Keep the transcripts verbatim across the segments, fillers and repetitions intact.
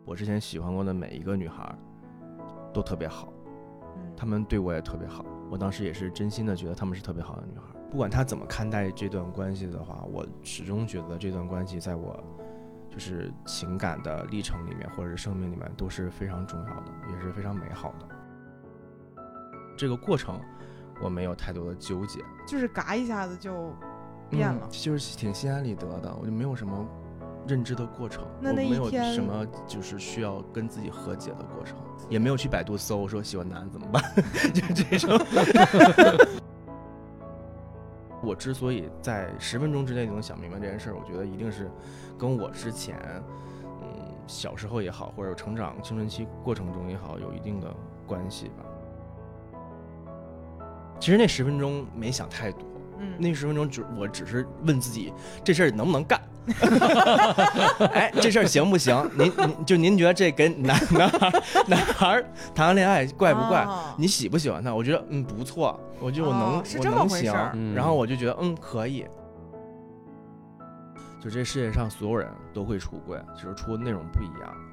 我之前喜欢过的每一个女孩都特别好，她们对我也特别好，我当时也是真心的觉得她们是特别好的女孩。不管她怎么看待这段关系的话，我始终觉得这段关系在我就是情感的历程里面或者是生命里面都是非常重要的，也是非常美好的。这个过程我没有太多的纠结， 就是嘎一下子就变了、 嗯、就是挺心安理得的，我就没有什么认知的过程， 那那一天我没有什么就是需要跟自己和解的过程，也没有去百度搜说喜欢男怎么办就这种我之所以在十分钟之内就能想明白这件事，我觉得一定是跟我之前嗯小时候也好，或者成长青春期过程中也好，有一定的关系吧。其实那十分钟没想太多，嗯，那十分钟只我只是问自己这事儿能不能干哎，这事儿行不行？您您就您觉得这跟男男孩男孩谈恋爱怪不怪？哦、你喜不喜欢他？我觉得嗯不错，我就我能、 哦、是这么回事我能行、嗯，然后我就觉得嗯可以。就这世界上所有人都会出柜，只是出的内容不一样。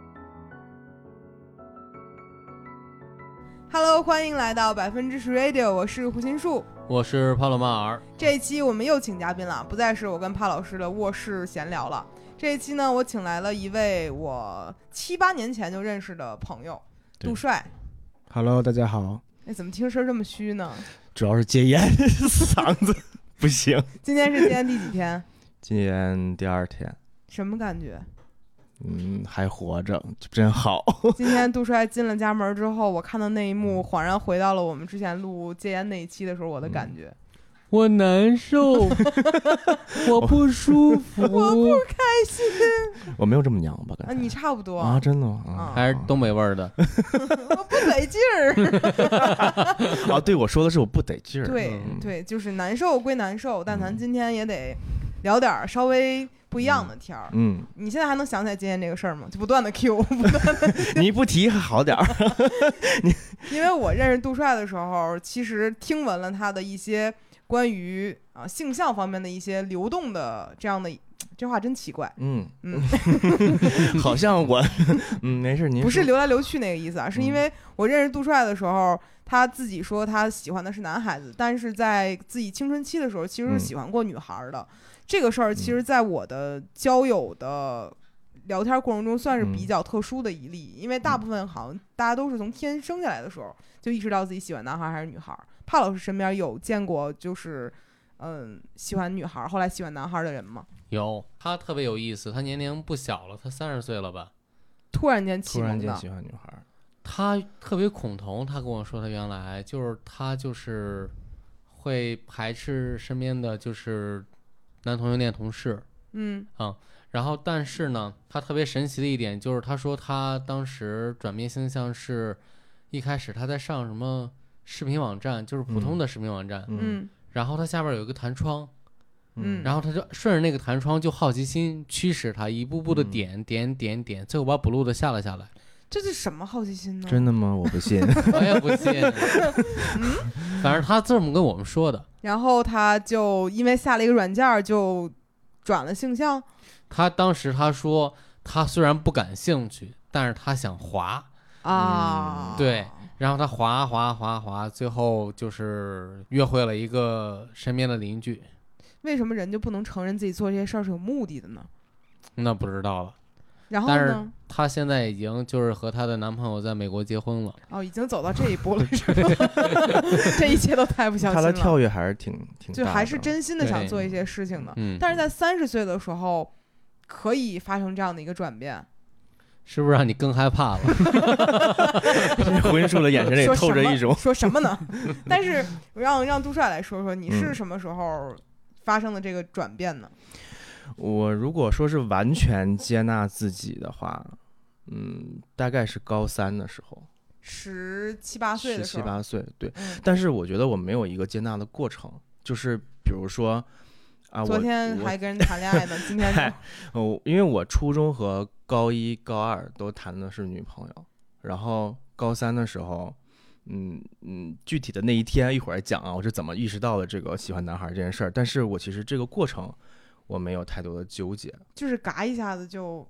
Hello， 欢迎来到百分之十 Radio， 我是胡心树， 我是帕洛马尔。 这一期我们又请嘉宾了，不再是我跟帕老师的卧室闲聊了。这一期呢，我请来了一位我七八年前就认识的朋友，杜帅。 Hello， 大家好。 哎，怎么听声这么虚呢？ 主要是戒烟，嗓子不行。 今天是戒烟第几天？ 今天第二天。 什么感觉？ 嗯，还活着，真好。 今天杜帅进了家门之后，我看到那一幕，恍然回到了我们之前录戒烟那一期的时候，我的感觉。 嗯、我难受，我不舒服， 我不开心。 我没有这么娘吧？ 啊，你差不多啊，真的啊， 还是东北味儿的。 我不得劲儿。 啊，对，我说的是我不得劲儿。 对、嗯、对，就是难受归难受，但咱今天也得聊点稍微不一样的天儿。嗯，你现在还能想起来今天这个事儿吗？就不断的 Q， 不断的你不提还好点儿。 因为我认识杜帅的时候，其实听闻了他的一些关于啊性向方面的一些流动的这样的，这话真奇怪。嗯嗯， 好像我嗯没事，您不是流来流去那个意思啊，是因为我认识杜帅的时候，他自己说他喜欢的是男孩子，但是在自己青春期的时候，其实是喜欢过女孩的。嗯，这个事儿其实在我的交友的聊天过程中算是比较特殊的一例，因为大部分好像大家都是从天生下来的时候就意识到自己喜欢男孩还是女孩。帕老师身边有见过就是嗯喜欢女孩后来喜欢男孩的人吗？ 有，他特别有意思，他年龄不小了，他三十岁了吧， 突然间启蒙的， 突然间喜欢女孩。 他特别恐同，他跟我说他原来就是他就是会排斥身边的就是男同性恋同事。 嗯嗯，然后但是呢他特别神奇的一点就是他说他当时转变性向是一开始他在上什么视频网站，就是普通的视频网站。 嗯， 然后他下边有一个弹窗。 嗯， 然后他就顺着那个弹窗，就好奇心驱使他一步步的点、嗯、点点点，最后把 blue 的下了下来。 这是什么好奇心呢？ 真的吗？我不信。 我也不信。嗯，反正他这么跟我们说的。 然后他就因为下了一个软件就转了性向。 他当时他说他虽然不感兴趣，但是他想滑啊、 嗯。对，然后他滑滑滑滑，最后就是约会了一个身边的邻居。 为什么人就不能承认自己做这些事儿是有目的的呢？ 那不知道了。 然后呢？ 但是她现在已经就是和她的男朋友在美国结婚了。 哦，已经走到这一步了，是吧？这一切都太不小心了。 她的跳跃还是挺挺大的， 就还是真心的想做一些事情的。 嗯。 但是在三十岁的时候，可以发生这样的一个转变。 是不是让你更害怕了？ 胡心树的眼神里透着一种说什么呢？但是让让杜帅来说说，你是什么时候发生的这个转变呢？ 我如果说是完全接纳自己的话，嗯，大概是高三的时候， 十七八岁的时候， 十七八岁，对、 嗯。 但是我觉得我没有一个接纳的过程，就是比如说啊， 昨天还跟人谈恋爱呢，今天哦，因为我初中和高一、高二都谈的是女朋友，然后高三的时候，嗯嗯，具体的那一天一会儿讲啊，我是怎么意识到了这个喜欢男孩这件事儿。但是我其实这个过程我没有太多的纠结， 就是嘎一下子就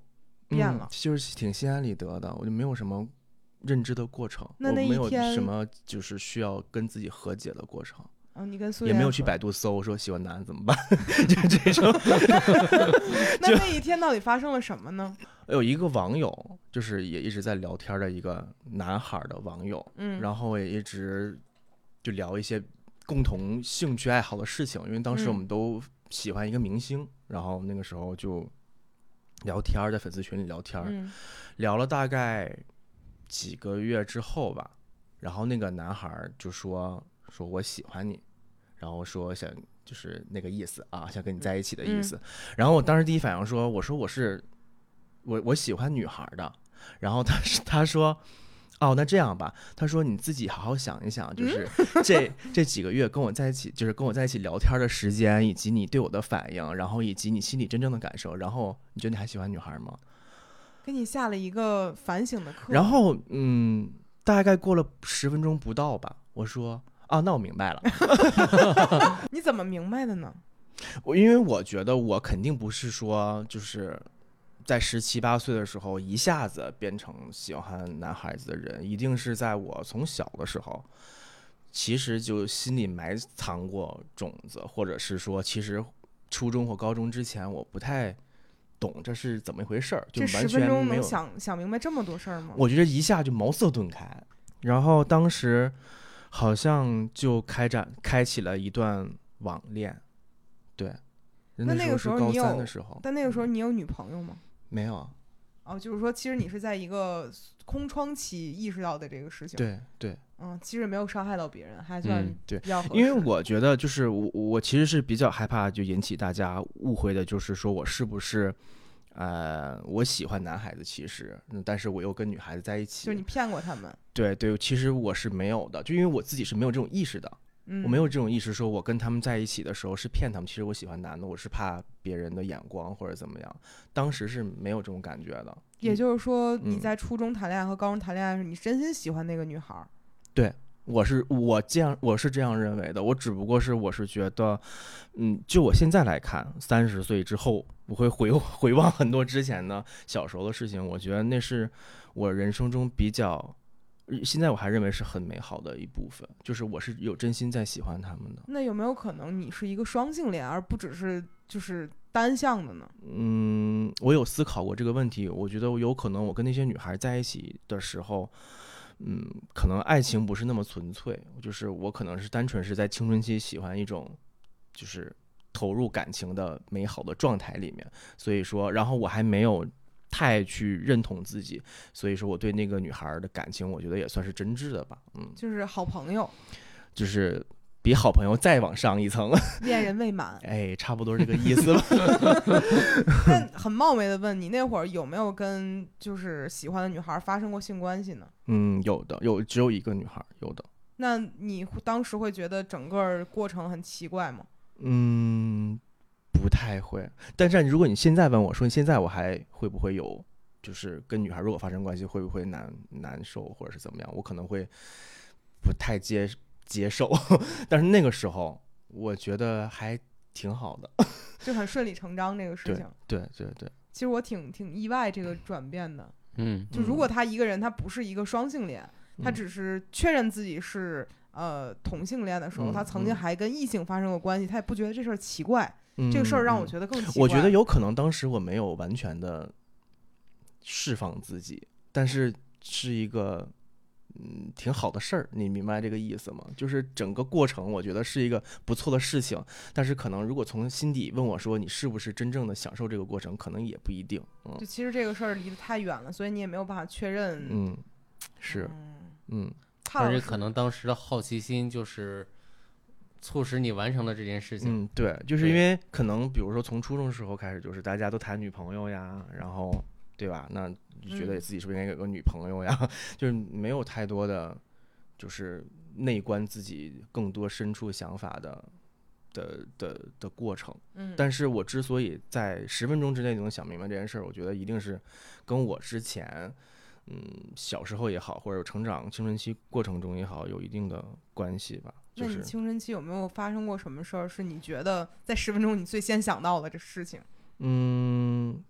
变了， 嗯、就是挺心安理得的，我就没有什么认知的过程， 那那一天我没有什么就是需要跟自己和解的过程。 哦，你跟苏也没有去百度搜说喜欢男怎么办，就这种。 那那一天到底发生了什么呢？ 有一个网友，就是也一直在聊天的一个男孩的网友， 嗯， 然后也一直就聊一些共同兴趣爱好的事情，因为当时我们都喜欢一个明星，嗯、然后那个时候就聊天，在粉丝群里聊天， 嗯、 聊了大概几个月之后吧，然后那个男孩就说说我喜欢你，然后说想就是那个意思啊，想跟你在一起的意思。嗯、然后我当时第一反应说，我说我是我我喜欢女孩的。然后他他说，哦，那这样吧，他说你自己好好想一想，就是这、嗯、这几个月跟我在一起，就是跟我在一起聊天的时间，以及你对我的反应，然后以及你心里真正的感受，然后你觉得你还喜欢女孩吗？ 给你下了一个反省的课。 然后嗯，大概过了十分钟不到吧，我说。啊，那我明白了。 你怎么明白的呢？ 我因为我觉得我肯定不是说就是在十七八岁的时候一下子变成喜欢男孩子的人，一定是在我从小的时候，其实就心里埋藏过种子，或者是说，其实初中或高中之前我不太懂这是怎么一回事儿，就完全没有。这十分钟能想想明白这么多事儿吗？ 我觉得一下就茅塞顿开，然后当时。好像就开展开启了一段网恋，对。 那那个时候你有高三的时候， 但那个时候你有女朋友吗？ 没有。 哦，就是说，其实你是在一个空窗期意识到的这个事情。 对对。 嗯，其实没有伤害到别人，还算比较合适。 嗯、因为我觉得，就是我我其实是比较害怕就引起大家误会的，就是说我是不是。呃，我喜欢男孩子，其实，嗯，但是我又跟女孩子在一起， 就你骗过他们？ 对对，其实我是没有的，就因为我自己是没有这种意识的， 嗯， 我没有这种意识，说我跟他们在一起的时候是骗他们，其实我喜欢男的，我是怕别人的眼光或者怎么样，当时是没有这种感觉的。 也就是说，你在初中谈恋爱和高中谈恋爱时，你真心喜欢那个女孩？ 对。我是我这样我是这样认为的，我只不过是我是觉得，嗯，就我现在来看，三十岁之后，我会回回望很多之前的小时候的事情，我觉得那是我人生中比较，现在我还认为是很美好的一部分，就是我是有真心在喜欢他们的。 那有没有可能你是一个双性恋，而不只是就是单向的呢？ 嗯，我有思考过这个问题，我觉得有可能我跟那些女孩在一起的时候。嗯，可能爱情不是那么纯粹，就是我可能是单纯是在青春期喜欢一种，就是投入感情的美好的状态里面，所以说，然后我还没有太去认同自己，所以说我对那个女孩的感情，我觉得也算是真挚的吧，嗯， 就是好朋友， 就是比好朋友再往上一层， 恋人未满， 哎，差不多这个意思吧。 那很冒昧的问你，那会儿有没有跟就是喜欢的女孩发生过性关系呢？ 嗯，有的，有只有一个女孩，有的。 那你当时会觉得整个过程很奇怪吗？ 嗯，不太会。但是如果你现在问我说，现在我还会不会有，就是跟女孩如果发生关系，会不会难难受或者是怎么样？我可能会不太接接受。但是那个时候，我觉得还挺好的， 就很顺理成章这个事情。 对对对对。 其实我挺挺意外这个转变的。 嗯， 就如果他一个人他不是一个双性恋， 嗯、 他只是确认自己是呃同性恋的时候， 嗯、 他曾经还跟异性发生过关系，他也不觉得这事儿奇怪。 嗯、 这个事儿让我觉得更奇怪。 我觉得有可能当时我没有完全的释放自己，但是是一个嗯挺好的事儿，你明白这个意思吗？就是整个过程我觉得是一个不错的事情，但是可能如果从心底问我说你是不是真正的享受这个过程，可能也不一定。嗯、 就其实这个事儿离得太远了，所以你也没有办法确认。 嗯，是，嗯， 而且可能当时的好奇心就是促使你完成了这件事情。 嗯，对，就是因为可能比如说从初中时候开始，就是大家都谈女朋友呀，然后对吧？那就觉得自己是不是应该有个女朋友呀？嗯、就是没有太多的，就是内观自己更多深处想法的的的的过程。 嗯， 但是我之所以在十分钟之内就能想明白这件事儿，我觉得一定是跟我之前。嗯，小时候也好，或者成长青春期过程中也好，有一定的关系吧。就是、 那你青春期有没有发生过什么事儿，是你觉得在十分钟你最先想到的这事情？ 嗯，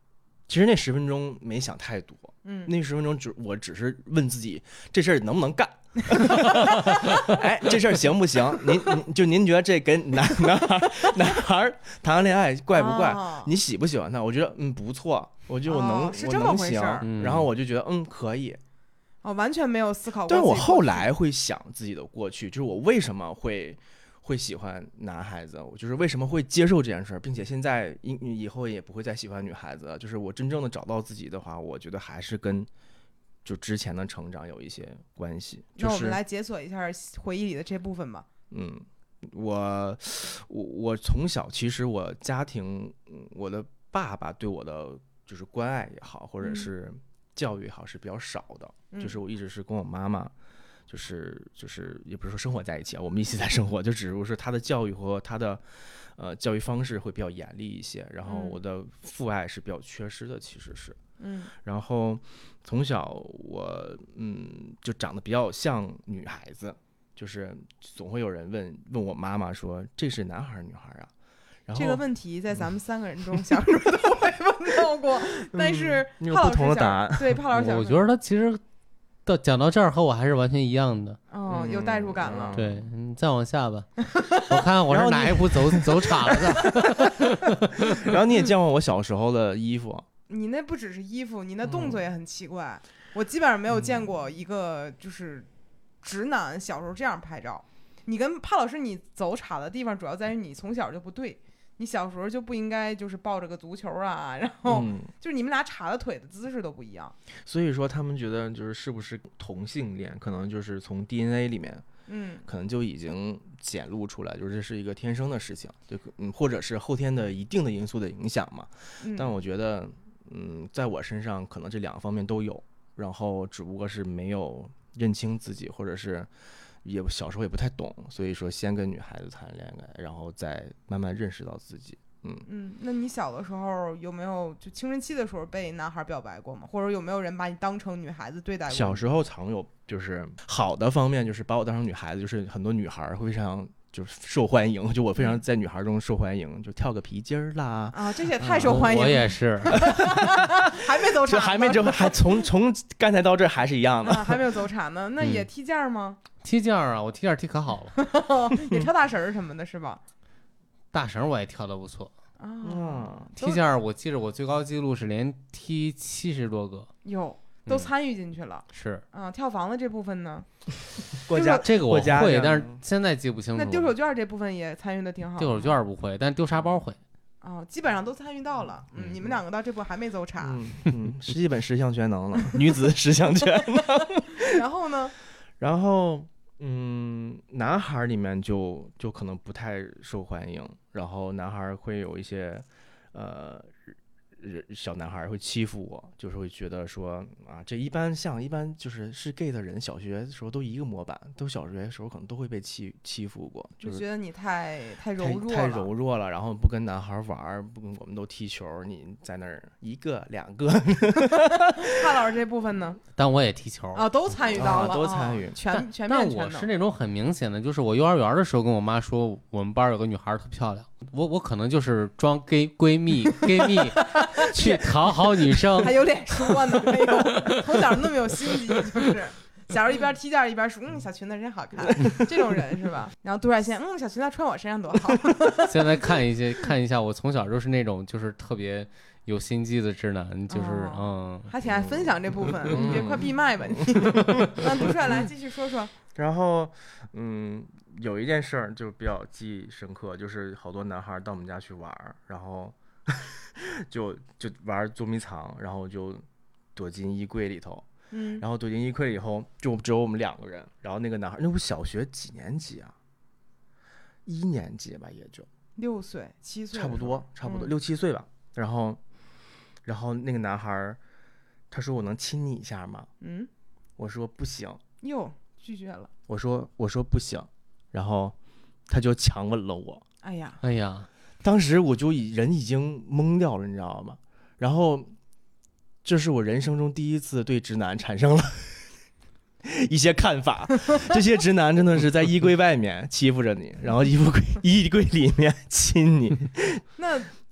其实那十分钟没想太多， 嗯， 那十分钟只我只是问自己这事儿能不能干。哎，这事儿行不行？您您就您觉得这跟男男孩男孩谈恋爱怪不怪？ 哦、 你喜不喜欢他？我觉得嗯不错，我就我能、 哦、是我这么能行、 回事儿。 然后我就觉得嗯可以。 哦，完全没有思考过。 但是我后来会想自己的过去，就是我为什么会会喜欢男孩子，我就是为什么会接受这件事儿，并且现在以以后也不会再喜欢女孩子。就是我真正的找到自己的话，我觉得还是跟就之前的成长有一些关系。就是、 那我们来解锁一下回忆里的这部分吧。 嗯，我我我从小其实我家庭，我的爸爸对我的就是关爱也好，或者是教育也好是比较少的。 嗯、 就是我一直是跟我妈妈，就是就是也不是说生活在一起啊，我们一起在生活，就只是说她的教育和她的呃教育方式会比较严厉一些，然后我的父爱是比较缺失的，其实是。 嗯， 然后从小我嗯就长得比较像女孩子，就是总会有人问问我妈妈说这是男孩儿女孩儿啊。然后这个问题在咱们三个人中小时候都会问到过，但是有不同的答案。 对，帕老师， 我觉得他其实到讲到这儿和我还是完全一样的。 哦，有代入感了。 对，你再往下吧，我看我是哪一步走走岔了的。 然后你也见过我小时候的衣服。 你那不只是衣服，你那动作也很奇怪。嗯、我基本上没有见过一个就是直男小时候这样拍照。你跟帕老师你走岔的地方主要在于你从小就不对，你小时候就不应该就是抱着个足球啊，然后就是你们俩岔的腿的姿势都不一样。 嗯、所以说他们觉得就是是不是同性恋，可能就是从 D N A 里面， 嗯， 可能就已经显露出来，就是这是一个天生的事情，就嗯，或者是后天的一定的因素的影响嘛。 嗯、 但我觉得。嗯，在我身上可能这两个方面都有，然后只不过是没有认清自己，或者是也小时候也不太懂，所以说先跟女孩子谈恋爱，然后再慢慢认识到自己。嗯嗯，那你小的时候有没有就青春期的时候被男孩表白过吗？或者有没有人把你当成女孩子对待过？ 小时候常有，就是好的方面就是把我当成女孩子，就是很多女孩会非常。就是受欢迎，就我非常在女孩中受欢迎，就跳个皮筋儿啦啊，这些太受欢迎了。 我也是， 还没走岔， 还没走，还从从刚才到这还是一样的， 啊、还没有走岔呢。那也踢毽吗？ 嗯、踢毽啊，我踢毽踢可好了， 也跳大绳什么的，是吧？ 大绳我也跳得不错啊、 哦。 踢毽我记着我最高纪录是连踢七十多个， 有。都参与进去了， 嗯、是啊，跳房的这部分呢， 国家这个我会，但是现在记不清楚。 那丢手绢这部分也参与的挺好的。 丢手绢不会，但丢沙包会。 哦，基本上都参与到了。嗯，嗯你们两个到这步还没走岔。 嗯嗯，是基本十项全能了，女子十项全能。 然后呢？ 然后嗯，男孩里面就就可能不太受欢迎，然后男孩会有一些呃。小男孩会欺负我，就是会觉得说啊，这一般像一般就是是 gay 的人，小学的时候都一个模板，都小学的时候可能都会被欺欺负过，就是觉得你太太柔弱了， 太柔弱了，然后不跟男孩玩，不跟我们都踢球，你在那儿一个两个。 潘老师这部分呢？ 但我也踢球啊，都参与到了， 啊、都参与， 哦、全全面但我是那种很明显的，就是我幼儿园的时候跟我妈说，我们班有个女孩特漂亮，我我可能就是装 gay 闺蜜 gay 蜜。去讨好女生， 还有脸说呢？没有，从小那么有心机，就是小时候一边踢毽一边说，嗯，小裙子真好看，这种人是吧？然后杜帅先，嗯，小裙子穿我身上多好。 现在看一些看一下，我从小就是那种就是特别有心机的直男，就是、 哦、 嗯， 还挺爱分享这部分，嗯、你别快闭麦吧你。让杜帅来继续说说。 然后，嗯，有一件事儿就比较记忆深刻，就是好多男孩到我们家去玩，然后。就就玩捉迷藏，然后就躲进衣柜里头， 嗯， 然后躲进衣柜以后，就只有我们两个人。然后那个男孩，那不小学几年级啊？一年级吧，也就六岁、七岁， 差不多，差不多、 嗯、 六七岁吧。然后，然后那个男孩，他说：“我能亲你一下吗？” 嗯， 我说：“不行。” 哟，拒绝了。 我说：“我说不行。”然后他就强吻了我。 哎呀， 哎呀。 当时我就已人已经懵掉了，你知道吗？然后，这是我人生中第一次对直男产生了一些看法。这些直男真的是在衣柜外面欺负着你，然后衣服柜衣柜里面亲你。 那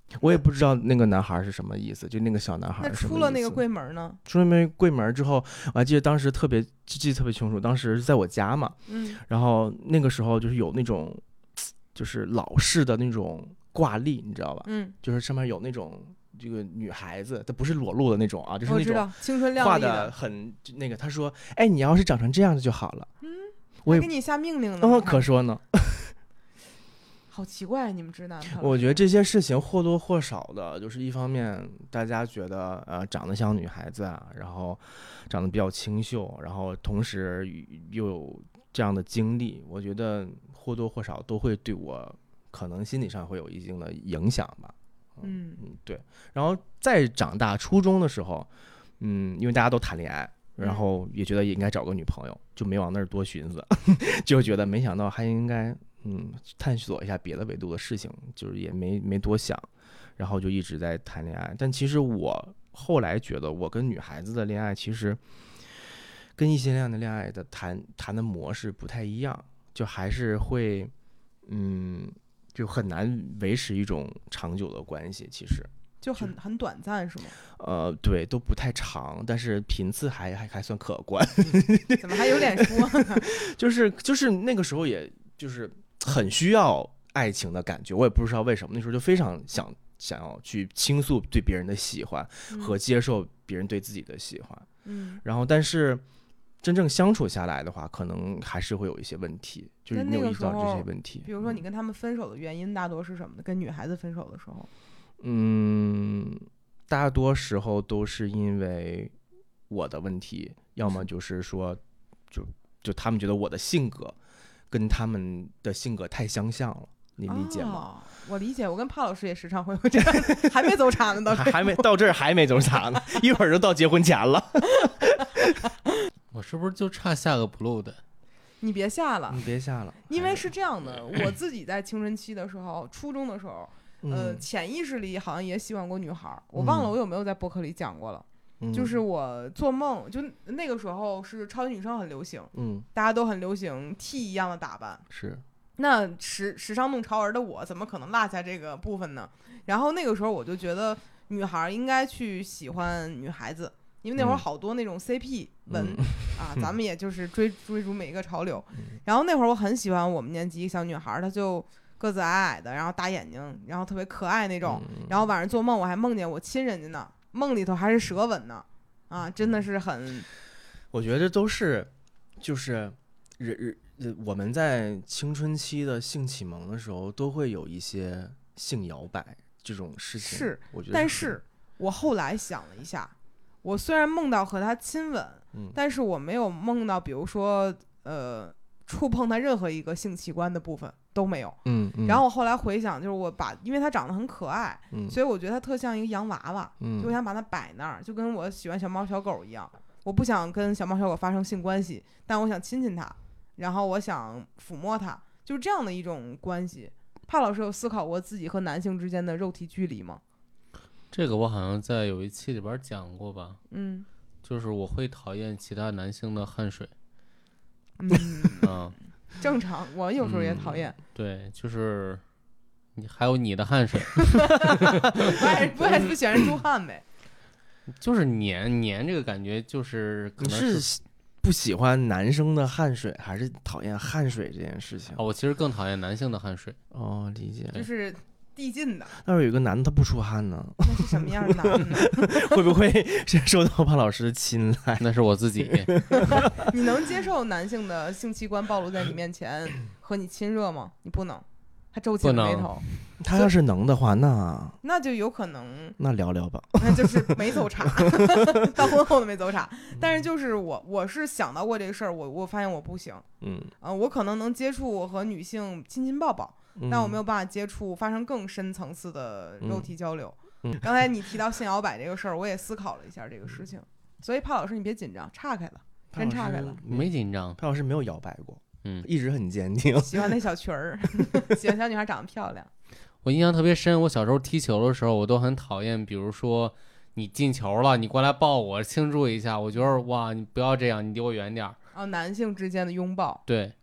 我也不知道那个男孩是什么意思，就那个小男孩那出了那个柜门呢？ 出了那个柜门之后，我还记得当时特别记得特别清楚，当时在我家嘛， 嗯， 然后那个时候就是有那种就是老式的那种挂历，你知道吧？ 嗯， 就是上面有那种这个女孩子，她不是裸露的那种啊，就是那种青春靓丽的， 画的很那个。他说：“哎，你要是长成这样子就好了。” 嗯， 我也给你下命令呢。 嗯，可说呢。 好奇怪，你们直男。 我觉得这些事情或多或少的，就是一方面大家觉得呃长得像女孩子啊，然后长得比较清秀，然后同时又有这样的经历，我觉得或多或少都会对我可能心理上会有一定的影响吧。 嗯嗯，对。然后再长大初中的时候，嗯，因为大家都谈恋爱，然后也觉得也应该找个女朋友，就没往那儿多寻思，就觉得没想到还应该。嗯，探索一下别的维度的事情，就是也没没多想，然后就一直在谈恋爱。但其实我后来觉得，我跟女孩子的恋爱其实跟异性恋的恋爱的谈谈的模式不太一样，就还是会，嗯，就很难维持一种长久的关系。其实就很很短暂，是吗？ 呃，对，都不太长，但是频次还还还算可观。 怎么还有脸说？ 就是就是那个时候，也就是很需要爱情的感觉，我也不知道为什么，那时候就非常想想要去倾诉对别人的喜欢和接受别人对自己的喜欢。 嗯， 然后但是真正相处下来的话，可能还是会有一些问题，就是没有遇到这些问题。 比如说你跟他们分手的原因大多是什么呢？跟女孩子分手的时候， 嗯，大多时候都是因为我的问题，要么就是说，就就他们觉得我的性格跟他们的性格太相像了，你理解吗？ 哦、我理解，我跟帕老师也时常会有这样，还没走岔呢，到还还没到这儿还没走岔呢，一会儿就到结婚前了。 我是不是就差下个 blue 的？ 你别下了， 你别下了， 因为是这样的，我自己在青春期的时候，初中的时候。呃，潜意识里好像也喜欢过女孩，我忘了我有没有在博客里讲过了。嗯、就是我做梦，就那个时候是超级女生很流行， 嗯， 大家都很流行 T 一样的打扮， 是。 那时时尚弄潮儿的我，怎么可能落下这个部分呢？然后那个时候我就觉得女孩应该去喜欢女孩子，因为那会儿好多那种 C P 文、嗯、啊，咱们也就是追追逐每一个潮流。然后那会儿我很喜欢我们年级一个小女孩，她就。个子矮矮的，然后大眼睛，然后特别可爱那种，然后晚上做梦我还梦见我亲人家呢，梦里头还是舌吻呢，啊，真的是很。 我觉得都是，就是人人我们在青春期的性启蒙的时候，都会有一些性摇摆这种事情。 是， 我觉得。 但是我后来想了一下，我虽然梦到和他亲吻，嗯、但是我没有梦到，比如说呃。触碰他任何一个性器官的部分都没有， 嗯，嗯然后我后来回想，就是我把，因为他长得很可爱， 嗯， 所以我觉得他特像一个洋娃娃， 嗯， 就我想把它摆那儿，就跟我喜欢小猫小狗一样，我不想跟小猫小狗发生性关系，但我想亲亲它，然后我想抚摸它，就是这样的一种关系。帕老师有思考过自己和男性之间的肉体距离吗？ 这个我好像在有一期里边讲过吧， 嗯， 就是我会讨厌其他男性的汗水。 嗯啊， 正常，我有时候也讨厌、 嗯。对，就是你还有你的汗水， 不爱不爱不喜欢出汗呗， 就是黏黏这个感觉，就是可能是是不喜欢男生的汗水，还是讨厌汗水这件事情？ 哦，我其实更讨厌男性的汗水。 哦，理解， 就是递进的。 要是有一个男的他不出汗呢？ 那是什么样的男的呢？ 会不会受到潘老师的青睐？ 那是我自己。 你能接受男性的性器官暴露在你面前和你亲热吗？你不能。他皱起了眉头。 他要是能的话，那那就有可能。 那聊聊吧。 那就是没走岔，到婚后都没走岔。但是就是我，我是想到过这个事儿，我我发现我不行。 嗯。 呃，我可能能接触和女性亲亲抱抱。但我没有办法接触发生更深层次的肉体交流。 嗯嗯、 刚才你提到性摇摆这个事儿，我也思考了一下这个事情。所以帕老师，你别紧张，岔开了，真岔开了。 没紧张， 帕老师没有摇摆过， 嗯， 一直很坚定。 喜欢那小裙儿，喜欢小女孩长得漂亮。 我印象特别深，我小时候踢球的时候，我都很讨厌，比如说你进球了，你过来抱我庆祝一下，我觉得哇，你不要这样，你离我远点儿。 哦，男性之间的拥抱。 对。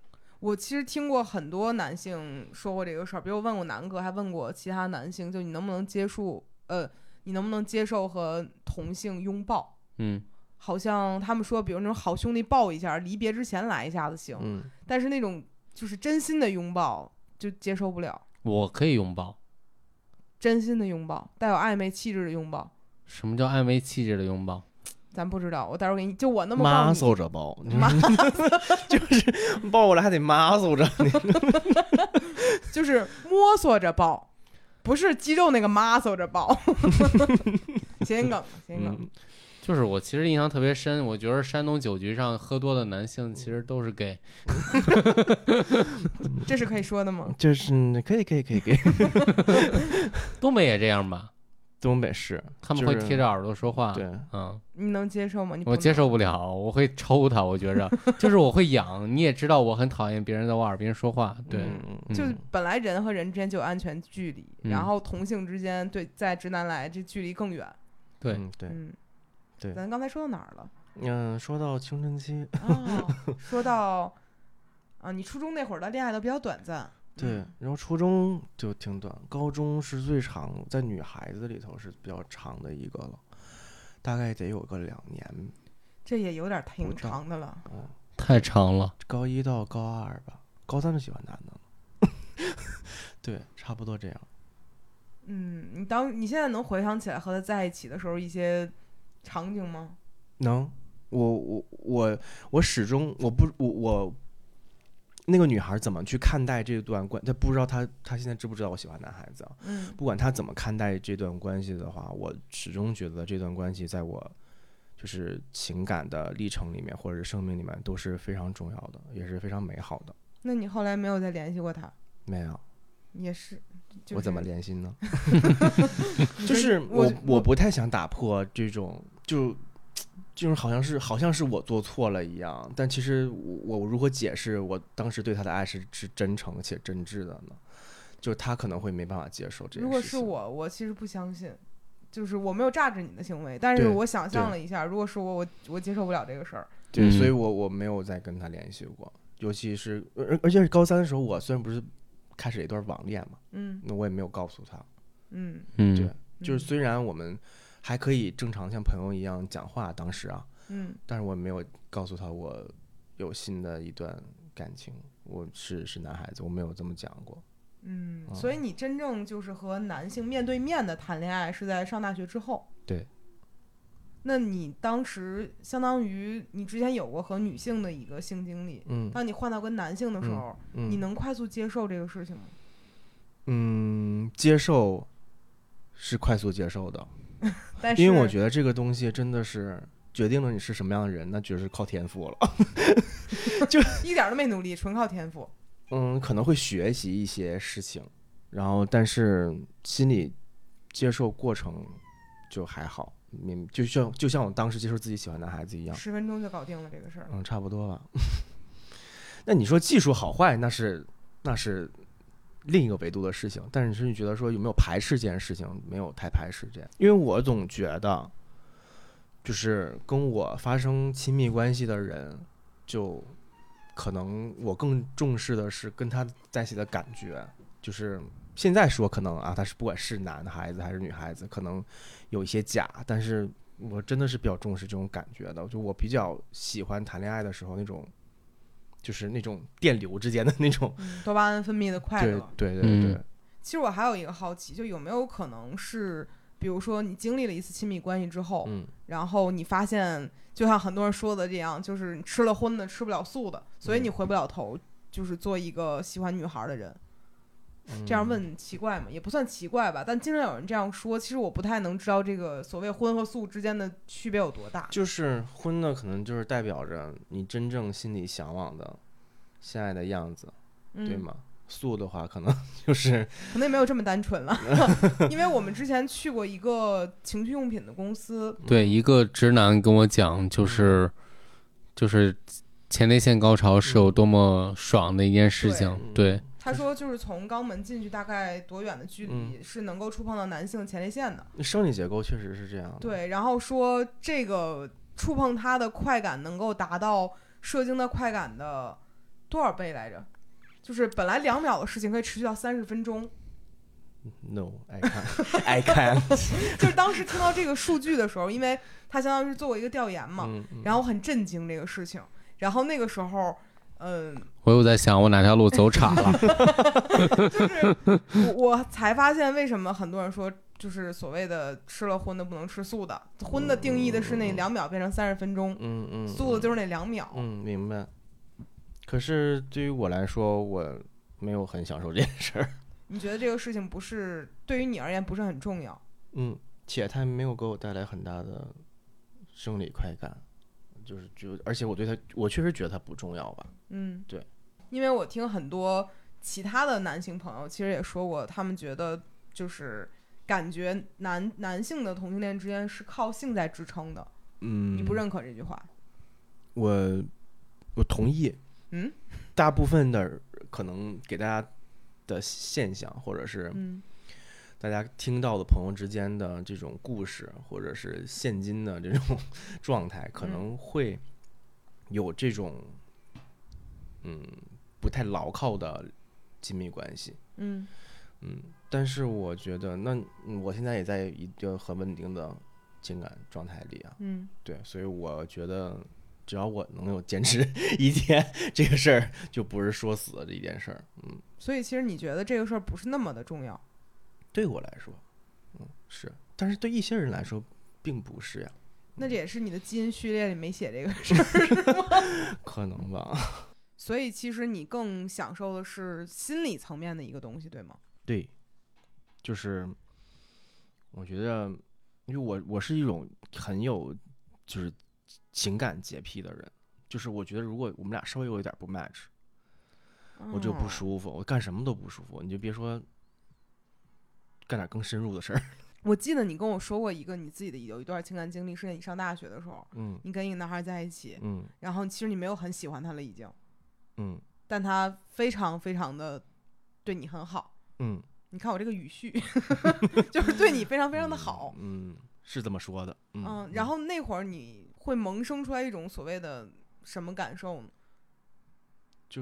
我其实听过很多男性说过这个事儿，比如我问过南哥，还问过其他男性，就你能不能接受，呃，你能不能接受和同性拥抱？ 嗯， 好像他们说，比如那种好兄弟抱一下，离别之前来一下子行， 嗯， 但是那种就是真心的拥抱就接受不了。 我可以拥抱， 真心的拥抱，带有暧昧气质的拥抱。 什么叫暧昧气质的拥抱？ 咱不知道，我待会儿给你，就我那么抱你， 抹搜着抱， 妈就是抱过来还得抹搜着， 就是摸索着抱，不是肌肉那个抹搜着抱。谐音梗，谐音梗。 嗯就是我其实印象特别深，我觉得山东酒局上喝多的男性其实都是 gay。 这是可以说的吗？ 就是可以可以可以可以。 东北也这样吧？ 东北是， 他们会贴着耳朵说话。 对， 嗯， 你能接受吗？你不我接受不了，我会抽他。我觉着就是我会痒，你也知道我很讨厌别人在我耳边说话。对， 嗯嗯就本来人和人之间就有安全距离， 嗯然后同性之间对在直男来这距离更远。 对嗯对嗯， 对。 咱刚才说到哪儿了？ 嗯，说到青春期， 哦，说到啊，你初中那会儿的恋爱都比较短暂。 对，然后初中就挺短，高中是最长，在女孩子里头是比较长的一个了，大概得有个两年。 这也有点挺长的了。 嗯， 太长了。 高一到高二吧，高三就喜欢男的了。对，差不多这样。 嗯，你当你现在能回想起来和他在一起的时候一些场景吗？ 能，我我我我始终我不我我那个女孩怎么去看待这段关，她不知道她她现在知不知道我喜欢男孩子啊？ 嗯， 不管她怎么看待这段关系的话，我始终觉得这段关系在我就是情感的历程里面或者是生命里面都是非常重要的，也是非常美好的。 那你后来没有再联系过他？ 没有， 也是，就是、 我怎么联系呢？ 你说就是我我我不太想打破这种就。就是好像是好像是我做错了一样，但其实我我如何解释我当时对他的爱是是真诚且真挚的呢？就是他可能会没办法接受这件事情。 如果是我，我其实不相信，就是我没有榨制你的行为，但是对我想象了一下，如果是我，我我接受不了这个事儿。 对， 嗯所以我我没有再跟他联系过，尤其是而而且是高三的时候，我虽然不是开始了一段网恋嘛， 嗯那我也没有告诉他。 嗯， 嗯， 对，就是虽然我们还可以正常像朋友一样讲话，当时啊。 嗯， 但是我没有告诉他我有新的一段感情，我是是男孩子，我没有这么讲过。 嗯， 嗯所以你真正就是和男性面对面的谈恋爱是在上大学之后。 对。 那你当时相当于你之前有过和女性的一个性经历， 嗯， 当你换到跟男性的时候， 嗯， 你能快速接受这个事情吗？ 嗯，接受是快速接受的， 但是因为我觉得这个东西真的是决定了你是什么样的人，那就是靠天赋了。 就一点都没努力，纯靠天赋。 嗯，可能会学习一些事情，然后但是心理接受过程就还好，明就像就像我当时接受自己喜欢男孩子一样， 十分钟就搞定了这个事儿。 嗯，差不多吧。那你说技术好坏，那是那是另一个维度的事情，但是你觉得说有没有排斥这件事情，没有太排斥这样，因为我总觉得就是跟我发生亲密关系的人，就可能我更重视的是跟他在一起的感觉，就是现在说可能啊，他是不管是男孩子还是女孩子，可能有一些假，但是我真的是比较重视这种感觉的，就我比较喜欢谈恋爱的时候那种，就是那种电流之间的那种、 嗯、多巴胺分泌的快乐。 对对对对、 嗯。 其实我还有一个好奇，就有没有可能是，比如说你经历了一次亲密关系之后， 嗯， 然后你发现，就像很多人说的这样，就是你吃了荤的吃不了素的，所以你回不了头，就是做一个喜欢女孩的人。这样问奇怪吗？也不算奇怪吧，但经常有人这样说，其实我不太能知道这个所谓荤和素之间的区别有多大。 就是荤的可能就是代表着你真正心里向往的现在的样子、嗯、对吗？素的话可能就是可能也没有这么单纯了因为我们之前去过一个情趣用品的公司， 对，一个直男跟我讲，就是就是前列腺高潮是有多么爽的一件事情。对，对他说就是从肛门进去大概多远的距离是能够触碰到男性前列腺的、 嗯、生理结构确实是这样的。 对，然后说这个触碰它的快感能够达到射精的快感的多少倍来着？ 就是本来两秒的事情可以持续到三十分钟。 No, I can't. I can't. 就是当时听到这个数据的时候，因为他相当于是做过一个调研嘛， 嗯嗯、 然后很震惊这个事情。然后那个时候，嗯， 我又在想我哪条路走岔了。 就是我我才发现为什么很多人说，就是所谓的吃了荤的不能吃素的，荤的定义的是那两秒变成三十分钟， 嗯嗯， 素的就是那两秒。 嗯，明白。可是对于我来说，我没有很享受这件事儿。 你觉得这个事情不是对于你而言不是很重要？ 嗯，且它没有给我带来很大的生理快感，就是就而且我对它，我确实觉得它不重要吧。 嗯， 对， 因为我听很多其他的男性朋友其实也说过，他们觉得就是感觉男男性的同性恋之间是靠性在支撑的。 嗯， 你不认可这句话？ 我我同意。 嗯， 大部分的可能给大家的现象，或者是大家听到的朋友之间的这种故事，或者是现今的这种状态，可能会有这种嗯不太牢靠的亲密关系。 嗯嗯，但是我觉得，那我现在也在一个很稳定的情感状态里啊。 嗯， 对，所以我觉得。只要我能有坚持一天，这个事儿就不是说死的这一件事儿。嗯， 所以其实你觉得这个事儿不是那么的重要？ 对我来说，嗯，是，但是对一些人来说并不是呀。 那这也是你的基因序列里没写这个事儿，是吗？ 可能吧。 所以其实你更享受的是心理层面的一个东西，对吗？ 对，就是我觉得，因为我我是一种很有就是情感洁癖的人，就是我觉得如果我们俩稍微有一点不 match，、哦、我就不舒服，我干什么都不舒服，你就别说干点更深入的事儿。 我记得你跟我说过一个你自己的有一段情感经历，是你上大学的时候，嗯，你跟一个男孩在一起，嗯，然后其实你没有很喜欢他了已经，嗯，但他非常非常的对你很好，嗯，你看我这个语序，就是对你非常非常的好， 嗯，嗯是这么说的，嗯， 嗯，然后那会儿你会萌生出来一种所谓的什么感受呢？ 就是，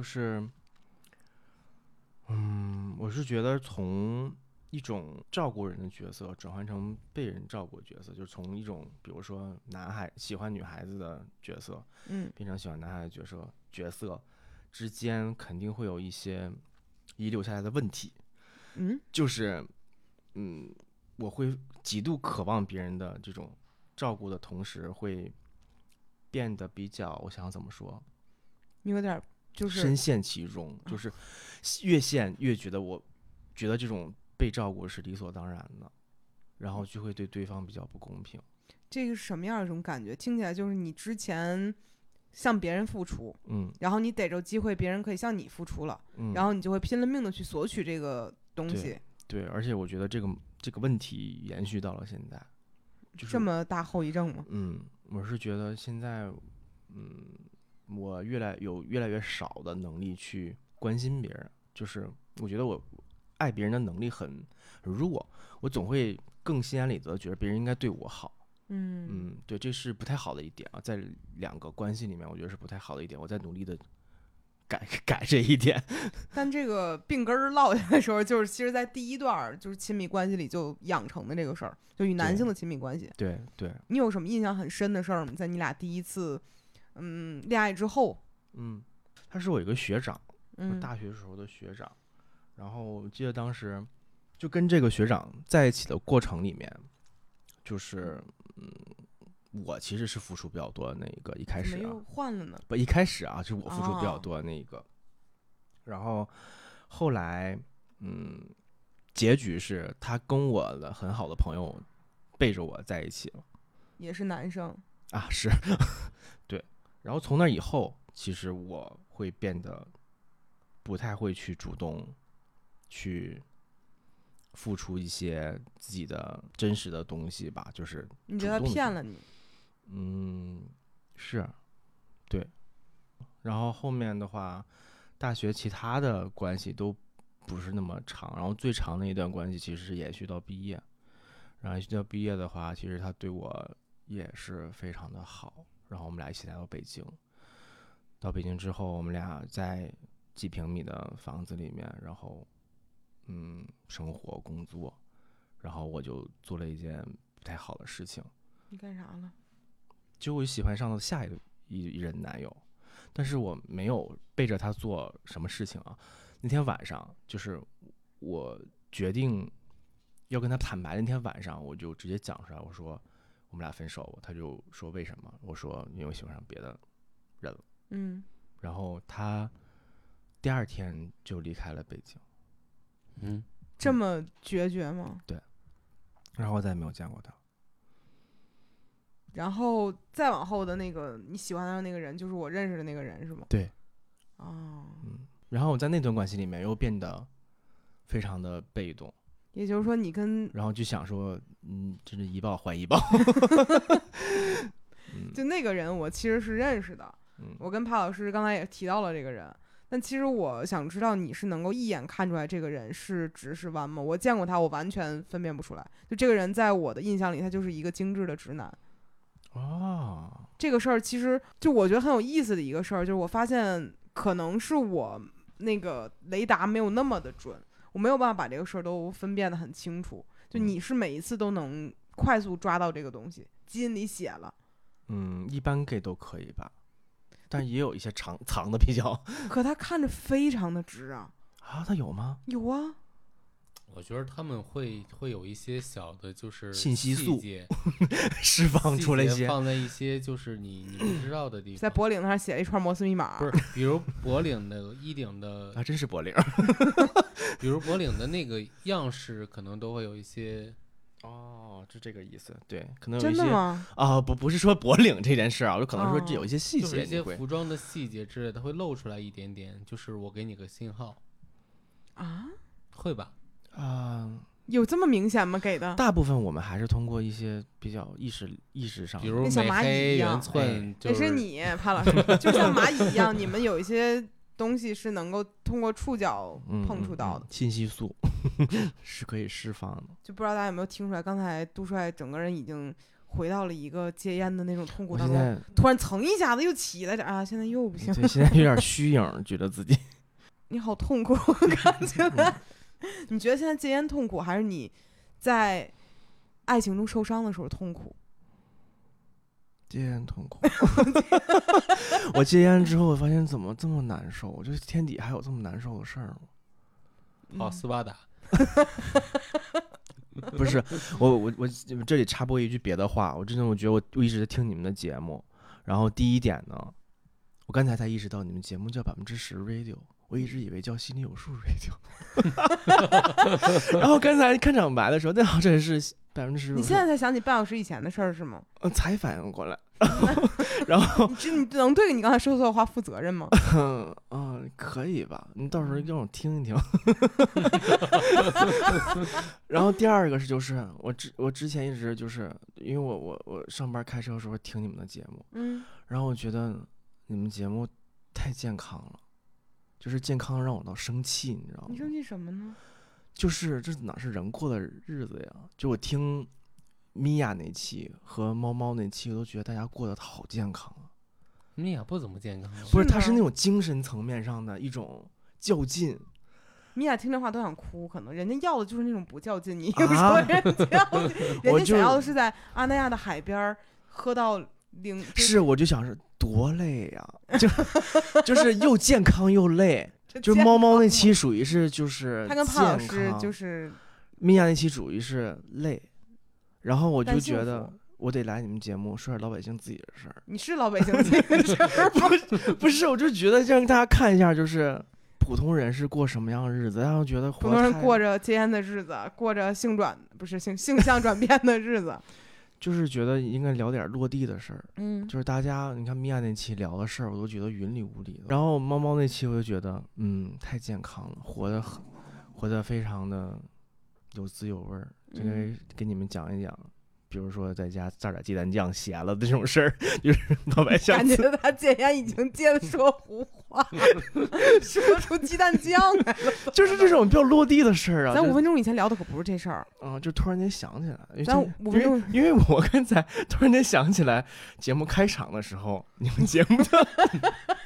嗯，我是觉得从一种照顾人的角色转换成被人照顾的角色，就是从一种比如说男孩喜欢女孩子的角色，嗯，变成喜欢男孩的角色，角色之间肯定会有一些遗留下来的问题，嗯，就是，嗯，我会极度渴望别人的这种照顾的同时，会变得比较，我想怎么说？ 你有点就是深陷其中，就是越陷越觉得我觉得这种被照顾是理所当然的，然后就会对对方比较不公平。 这个是什么样的一种感觉？听起来就是你之前向别人付出，嗯，然后你逮着机会别人可以向你付出了，嗯，然后你就会拼了命的去索取这个东西。 对，对，而且我觉得这个这个问题延续到了现在，就是这么大后遗症吗？ 嗯，我是觉得现在，嗯，我越来有越来越少的能力去关心别人，就是我觉得我爱别人的能力很弱，我总会更心安理得觉得别人应该对我好。嗯嗯，对，这是不太好的一点啊，在两个关系里面，我觉得是不太好的一点，我在努力的改改这一点。 但这个病根儿落下来的时候，就是其实在第一段就是亲密关系里就养成的这个事儿，就与男性的亲密关系。 对 对, 对。 你有什么印象很深的事儿吗？在你俩第一次嗯恋爱之后？ 嗯，他是我一个学长，我大学时候的学长，然后我记得当时就跟这个学长在一起的过程里面，就是嗯，我其实是付出比较多的那一个，一开始、啊、 没有换了呢？ 不，一开始啊，就是我付出比较多的那一个，哦、然后后来嗯，结局是他跟我的很好的朋友背着我在一起了， 也是男生啊，是对，然后从那以后，其实我会变得不太会去主动去付出一些自己的真实的东西吧，就是你觉得他骗了你？ 嗯，是，对。然后后面的话，大学其他的关系都不是那么长，然后最长的一段关系其实是延续到毕业。然后延续到毕业的话，其实他对我也是非常的好。然后我们俩一起来到北京，到北京之后，我们俩在几平米的房子里面，然后嗯生活工作，然后我就做了一件不太好的事情。 你干啥了？ 就我喜欢上了下一个一任男友，但是我没有背着他做什么事情啊。那天晚上就是我决定要跟他坦白，那天晚上我就直接讲出来，我说我们俩分手。他就说为什么？我说因为我喜欢上别的人了。 嗯， 然后他第二天就离开了北京。 嗯， 这么决绝吗？ 对。然后我再也没有见过他。 然后再往后的那个你喜欢的那个人，就是我认识的那个人，是吗？ 对。 哦。 嗯。然后我在那段关系里面又变得非常的被动。 也就是说，你跟然后就想说，嗯，真是一报还一报。 就那个人，我其实是认识的。 嗯。 我跟帕老师刚才也提到了这个人，但其实我想知道，你是能够一眼看出来这个人是直是弯吗？我见过他，我完全分辨不出来。就这个人在我的印象里，他就是一个精致的直男。 哦， 这个事儿其实就我觉得很有意思的一个事儿，就是我发现可能是我那个雷达没有那么的准，我没有办法把这个事儿都分辨得很清楚。就你是每一次都能快速抓到这个东西，基因里写了。 嗯，一般 gay 都可以吧，但也有一些藏藏的比较。 可他看着非常的直啊。 啊，他有吗？ 有啊。 我觉得他们会会有一些小的，就是信息素细节释放出来一些， 放在一些就是你你不知道的地方。 在脖领上写了一串摩斯密码。 不是，比如脖领的衣领的啊，真是脖领。 比如脖领的那个样式，可能都会有一些。 哦，就这个意思。对，可能有一些。 真的吗？ 啊，不不是说脖领这件事啊，就可能说哦有一些细节， 就是一些服装的细节之类的，会露出来一点点。就是我给你个信号。 啊？ 会吧？ 啊、呃， 有这么明显吗？给的大部分我们还是通过一些比较意识意识上， 比如像蚂蚁美黑一样圆寸， 也是你潘老师，就像蚂蚁一样，你们有一些东西是能够通过触角碰触到的。 嗯嗯嗯、信息素是可以释放的。 就不知道大家有没有听出来，刚才杜帅整个人已经回到了一个戒烟的那种痛苦当中，突然蹭一下子又起来点啊，现在又不行。 对，现在有点虚影，觉得自己你好痛苦，看起来。你觉得现在戒烟痛苦，还是你在爱情中受伤的时候痛苦？ 戒烟痛苦。我戒烟之后，我发现怎么这么难受？我这天底还有这么难受的事儿吗？ 好，斯巴达。 不是，我我我这里插播一句别的话。我真的我觉得我我一直在听你们的节目，然后第一点呢，我刚才才意识到你们节目叫百分之十 radio。我一直以为叫心里有数 radio。 然后刚才看场白的时候，那好像是百分之十。 你现在才想起半小时以前的事儿是吗？ 呃，才反应过来。然后你你能对你刚才说错的话负责任吗？ 嗯、呃，可以吧？你到时候让我听一听。然后第二个是就是我之我之前一直就是因为我我我上班开车的时候听你们的节目， 嗯， 然后我觉得你们节目太健康了。就是健康让我到生气，你知道吗？ 你生气什么呢？ 就是这哪是人过的日子呀？就我听米娅那期和猫猫那期，我都觉得大家过得好健康啊。 米娅不怎么健康， 不是，他是那种精神层面上的一种较劲。 米娅听这话都想哭，可能人家要的就是那种不较劲，你又说人家要，啊、人家想要的是在阿那亚的海边喝到零。 是，我就想是。多累呀、啊，就就是又健康又累。就是猫猫那期属于是就是他跟潘老师就是米娅那期属于是累，然后我就觉得我得来你们节目说点老百姓自己的事儿。 你是老百姓自己的事儿吗？ 不是，我就觉得让大家看一下，就是普通人是过什么样的日子，然后觉得普通人过着戒烟的日子，过着性转不是性性向转变的日子。 就是觉得应该聊点落地的事儿， 嗯， 就是大家你看米娅那期聊的事儿，我都觉得云里雾里的。然后猫猫那期我就觉得，嗯，太健康了，活得很，活得非常的有滋有味儿。这个给你们讲一讲，比如说在家炸点鸡蛋酱咸了的这种事儿，就是老百姓感觉他戒烟已经戒的说胡话，说出鸡蛋酱来了， 就是这种比较落地的事儿啊。 咱五分钟以前聊的可不是这事儿， 嗯，就突然间想起来， 咱五分钟， 因为我刚才突然间想起来，节目开场的时候，你们节目的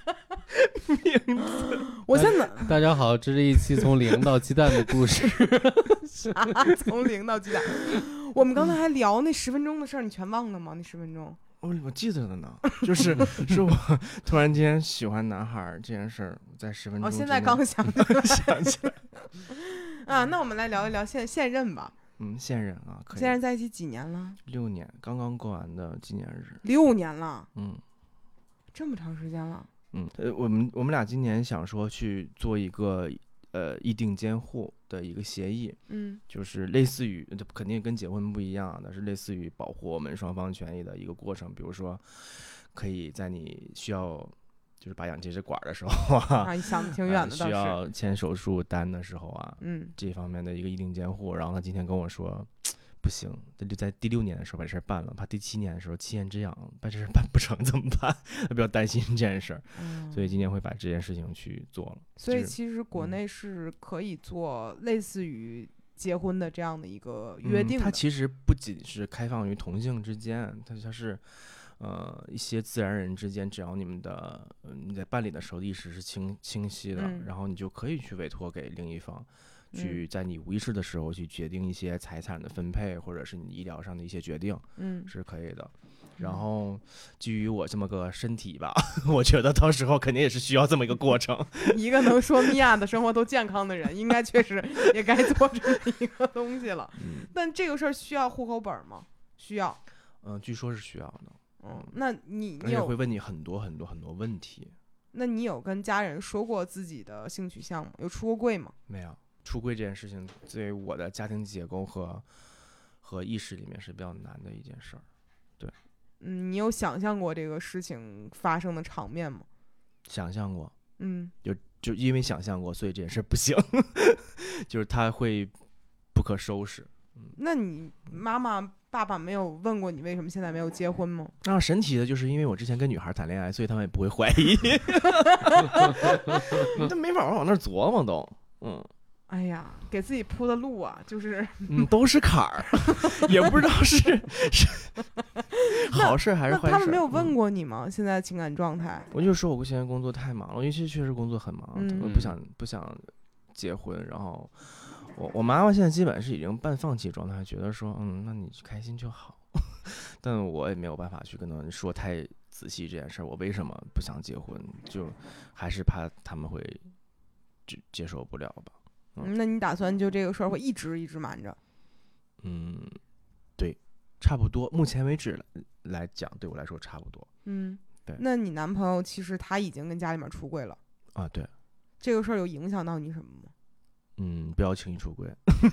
名字。 我现在大家好，这是一期从零到鸡蛋的故事。 啥？从零到鸡蛋？我们刚才还聊那十分钟的事儿，你全忘了吗？那十分钟？ 我我记得了呢，就是是我突然间喜欢男孩这件事儿，在十分钟。 哦，现在刚想起来。 想起来。 啊，那我们来聊一聊现现任吧。 嗯，现任啊，可以。 现任在一起几年了？ 六年，刚刚过完的纪念日。 六年了。 嗯， 这么长时间了。 嗯，呃，我们我们俩今年想说去做一个呃议定监护的一个协议， 嗯， 就是类似于，肯定跟结婚不一样的，是类似于保护我们双方权益的一个过程。比如说，可以在你需要就是拔养结石管的时候啊， 啊，你想的挺远的， 需要签手术单的时候啊， 嗯， 这方面的一个议定监护。然后他今天跟我说，不行，他就在第六年的时候把这事儿办了，怕第七年的时候七年之痒把这事儿办不成怎么办？他比较担心这件事儿，嗯，所以今年会把这件事情去做了。 所以其实国内是可以做类似于结婚的这样的一个约定的。 嗯，它其实不仅是开放于同性之间，它它是呃一些自然人之间，只要你们的、呃、你在办理的时候意识是清清晰的， 嗯， 然后你就可以去委托给另一方。去在你无意识的时候去决定一些财产的分配，或者是你医疗上的一些决定， 嗯， 是可以的。然后基于我这么个身体吧，我觉得到时候肯定也是需要这么一个过程。 一个能说米娅的生活都健康的人，应该确实也该做这么一个东西了。 嗯， 但这个事儿需要户口本吗？需要。 嗯，据说是需要的。 嗯，那你而且会问你很多很多很多问题。 那你有跟家人说过自己的性取向吗？有出过柜吗？ 没有。出柜这件事情对我的家庭结构和和意识里面是比较难的一件事儿。对， 嗯，你有想象过这个事情发生的场面吗？ 想象过， 嗯， 就就因为想象过，所以这件事不行，就是他会不可收拾。嗯， 那你妈妈爸爸没有问过你为什么现在没有结婚吗？ 那神奇的就是因为我之前跟女孩谈恋爱，所以他们也不会怀疑。你都没法往那儿琢磨都，嗯。 哎呀，给自己铺的路啊，就是嗯，都是坎儿，也不知道是是好事还是坏事。 他们没有问过你吗？嗯，现在情感状态？ 我就说我现在工作太忙了，尤其确实工作很忙， 嗯， 我不想不想结婚。然后我我妈妈现在基本是已经半放弃状态，觉得说嗯，那你开心就好。但我也没有办法去跟他们说太仔细这件事儿，我为什么不想结婚，就还是怕他们会接接受不了吧。 嗯，那你打算就这个事儿会一直一直瞒着？ 嗯，对，差不多。目前为止来讲，对我来说差不多。 嗯， 对。 那你男朋友其实他已经跟家里面出柜了啊？对。 这个事儿有影响到你什么吗？ 嗯，不要轻易出柜。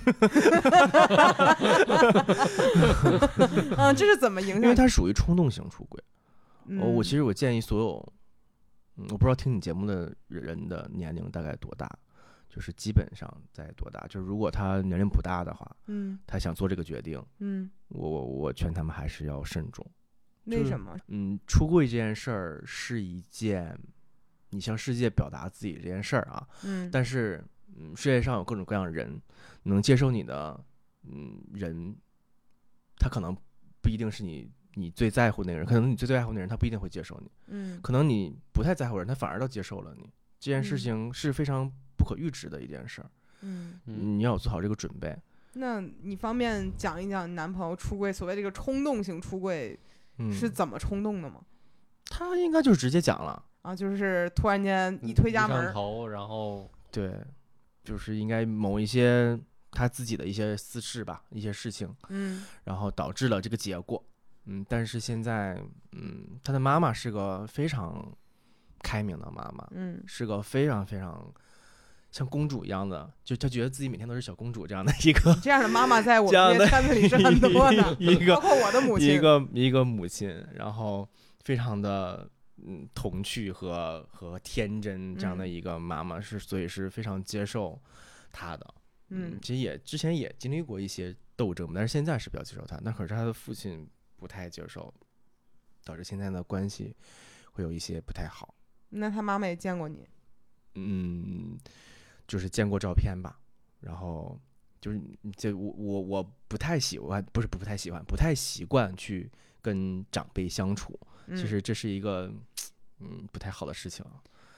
嗯，这是怎么影响？ 因为他属于冲动型出柜。 嗯， 我其实我建议所有，嗯，我不知道听你节目的人的年龄大概多大。就是基本上在多大？就是如果他年龄不大的话， 嗯， 他想做这个决定， 嗯， 我我我劝他们还是要慎重。 为什么？ 嗯，出柜这件事儿是一件你向世界表达自己这件事儿啊， 嗯， 但是嗯，世界上有各种各样的人，能接受你的嗯人，他可能不一定是你你最在乎那个人，可能你最在乎那个人他不一定会接受你， 嗯， 可能你不太在乎人，他反而倒接受了你。这件事情是非常不可预知的一件事儿， 嗯， 你要做好这个准备。 那你方便讲一讲你男朋友出柜，所谓这个冲动型出柜是怎么冲动的吗？ 嗯、他应该就是直接讲了啊，就是突然间一推家门， 上头，然后对，就是应该某一些他自己的一些私事吧，一些事情， 嗯， 然后导致了这个结果，嗯，但是现在，嗯，他的妈妈是个非常开明的妈妈， 嗯，是个非常非常像公主一样的，就她觉得自己每天都是小公主这样的一个这样的妈妈在我们这圈子里是很多的， 一个包括我的母亲， 一个一个母亲，然后非常的嗯童趣和和天真这样的一个妈妈，是所以是非常接受她的，嗯，其实也之前也经历过一些斗争，但是现在是比较接受她，那可是她的父亲不太接受，导致现在的关系会有一些不太好。 那他妈妈也见过你？ 嗯，就是见过照片吧。然后就是就我我我不太喜欢，不是不太喜欢，不太习惯去跟长辈相处。 嗯、 其实这是一个嗯不太好的事情。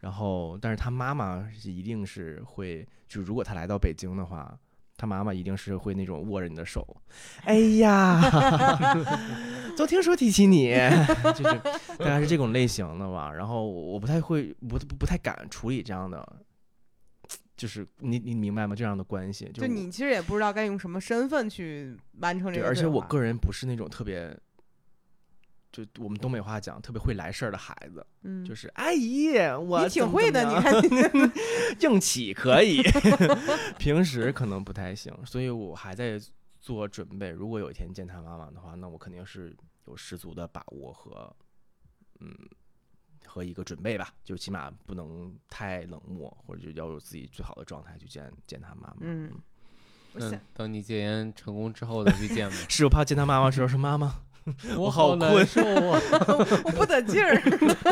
然后但是他妈妈是一定是会，就如果他来到北京的话，他妈妈一定是会那种握着你的手，哎呀，总听说提起你，就是大概是这种类型的吧。然后我不太会，不不太敢处理这样的，就是你你明白吗？这样的关系，就, 就你其实也不知道该用什么身份去完成这个。 而且我个人不是那种特别，就我们东北话讲特别会来事儿的孩子，嗯，就是阿姨，我你挺会的，你看硬起可以，平时可能不太行，所以我还在做准备。如果有一天见他妈妈的话，那我肯定是有十足的把握和嗯和一个准备吧，就起码不能太冷漠，或者就要有自己最好的状态去见见他妈妈。 嗯， 那等你戒烟成功之后再去见吧。 是我怕见他妈妈时候说妈妈。 我好难受啊， 我不得劲儿。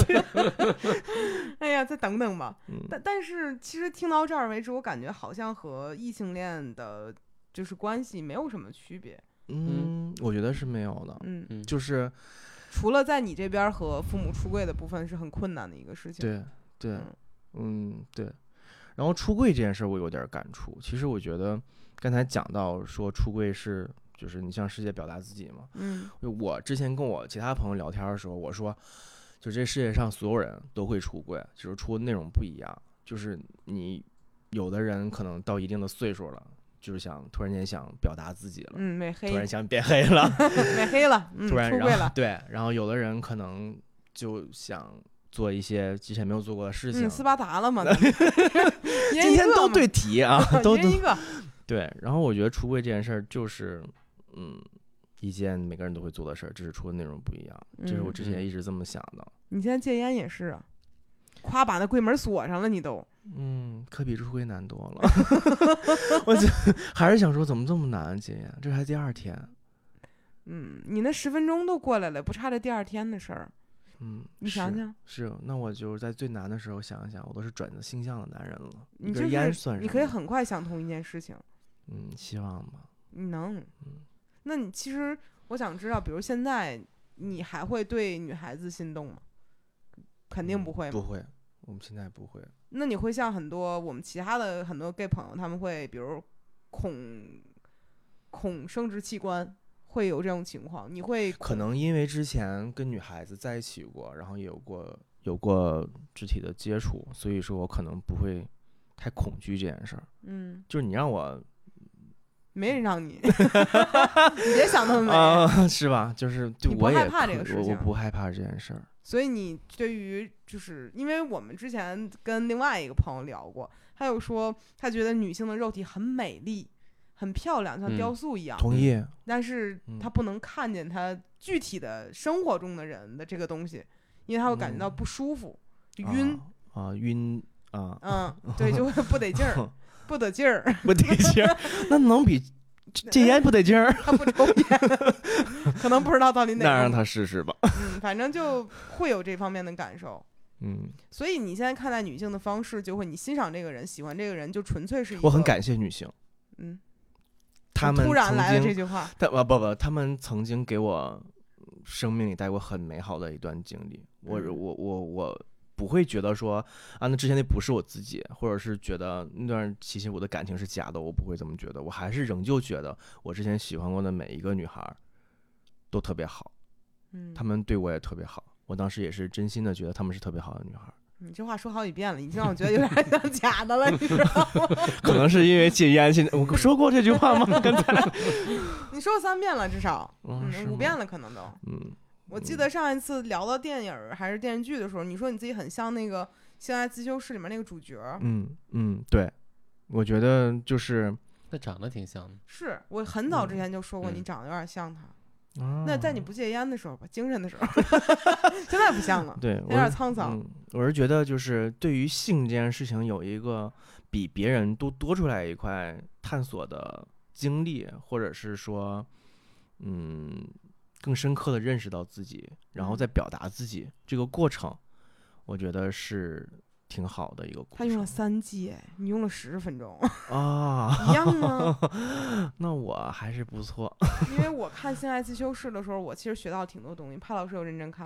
哎呀，再等等吧。嗯、但但是其实听到这儿为止，我感觉好像和异性恋的，就是关系没有什么区别。 嗯，我觉得是没有的。嗯，就是除了在你这边和父母出柜的部分是很困难的一个事情。 对对，嗯, 嗯对。然后出柜这件事我有点感触。其实我觉得刚才讲到说出柜是。就是你向世界表达自己嘛， 嗯， 我之前跟我其他朋友聊天的时候，我说，就这世界上所有人都会出柜，就是出的内容不一样。就是你有的人可能到一定的岁数了，就是想突然间想表达自己了， 嗯，美黑， 突然想变黑了， 美黑了，嗯、 突然出柜了， 对，然后有的人可能就想做一些之前没有做过的事情， 嗯、斯巴达了嘛， 今天都对题啊，都一人一个， 对。然后我觉得出柜这件事儿就是。嗯，一件每个人都会做的事儿，只是出的内容不一样。这是我之前一直这么想的。 嗯、你现在戒烟也是啊，夸把那柜门锁上了，你都。 嗯，可比出柜难多了。我就还是想说，怎么这么难戒烟？这还第二天。 嗯，你那十分钟都过来了，不差这第二天的事儿。 嗯， 你想想， 是，是那我就在最难的时候想一想，我都是转的性向的男人了。 你就是烟算你可以很快想通一件事情。 嗯，希望吧。 你能。 嗯。 那你其实我想知道，比如现在你还会对女孩子心动吗？肯定不会吗、 嗯、不会，我们现在不会。 那你会像很多我们其他的很多 gay 朋友，他们会比如恐恐生殖器官，会有这种情况？你会可能因为之前跟女孩子在一起过，然后也有过有过肢体的接触，所以说我可能不会太恐惧这件事儿。 嗯， 就是你让我。 没人让你，你别想那么美、 啊，是吧？就是就我也害怕这个事情， 我不害怕这件事儿。 所以你对于就是因为我们之前跟另外一个朋友聊过，他又说他觉得女性的肉体很美丽、很漂亮，像雕塑一样。 嗯、同意。 但是他不能看见他具体的生活中的人的这个东西，因为他会感觉到不舒服、嗯、晕啊, 啊晕啊。 嗯，对，就会不得劲儿。不得劲儿， 不得劲儿，那能比戒烟不得劲儿？ 他不抽烟，可能不知道到底哪个。 那让他试试吧。 嗯，反正就会有这方面的感受。 嗯， 所以你现在看待女性的方式，就会你欣赏这个人、喜欢这个人，就纯粹是一个。 我很感谢女性。 嗯， 他们突然来了这句话。 但不不不，他们曾经给我生命里带过很美好的一段经历。我、嗯、我我我。不会觉得说啊，那之前那不是我自己，或者是觉得那段其实我的感情是假的，我不会这么觉得，我还是仍旧觉得我之前喜欢过的每一个女孩都特别好， 嗯， 她们对我也特别好，我当时也是真心的觉得她们是特别好的女孩。 你这话说好几遍了，已经让我觉得有点像假的了，你知道吗？ 可能是因为戒烟，现在我说过这句话吗？刚才你说了三遍了，至少， 嗯， 嗯五遍了，可能都， 嗯。 我记得上一次聊到电影还是电视剧的时候，你说你自己很像那个《性爱自修室》里面那个主角。 嗯嗯，对，我觉得就是他长得挺像的。 是我很早之前就说过，你长得有点像他。 嗯、 那在你不戒烟的时候吧，精神的时候，现在不像了， 对， 有点沧桑、 嗯。我是觉得就是对于性这件事情有一个比别人都多出来一块探索的经历，或者是说，嗯。更深刻的认识到自己，然后再表达自己，这个过程，我觉得是挺好的一个过程。 他用了三季，哎，你用了十分钟啊， 一样吗？ 那我还是不错。 因为我看《性爱自修室》的时候，我其实学到挺多东西。帕老师有认真看吧？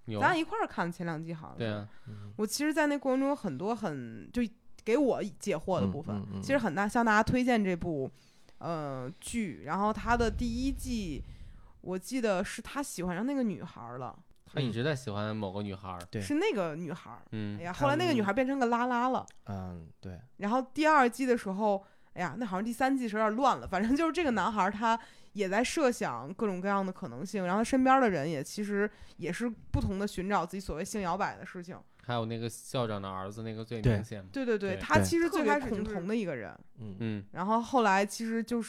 咱俩一块儿看前两季好像是。 对啊， 我其实在那过程中有很多很就给我解惑的部分， 嗯嗯嗯、 其实很大向大家推荐这部呃剧。然后他的第一季我记得是他喜欢上那个女孩了， 他一直在喜欢某个女孩， 对， 是那个女孩。 嗯， 哎呀，后来那个女孩变成个拉拉了。 嗯，对。 然后第二季的时候，哎呀，那好像第三季是有点乱了。反正就是这个男孩他也在设想各种各样的可能性，然后他身边的人也其实也是不同的寻找自己所谓性摇摆的事情。 还有那个校长的儿子，那个最明显。 对对对， 对他其实最开始恐同的一个人。 嗯嗯。 然后后来其实就是，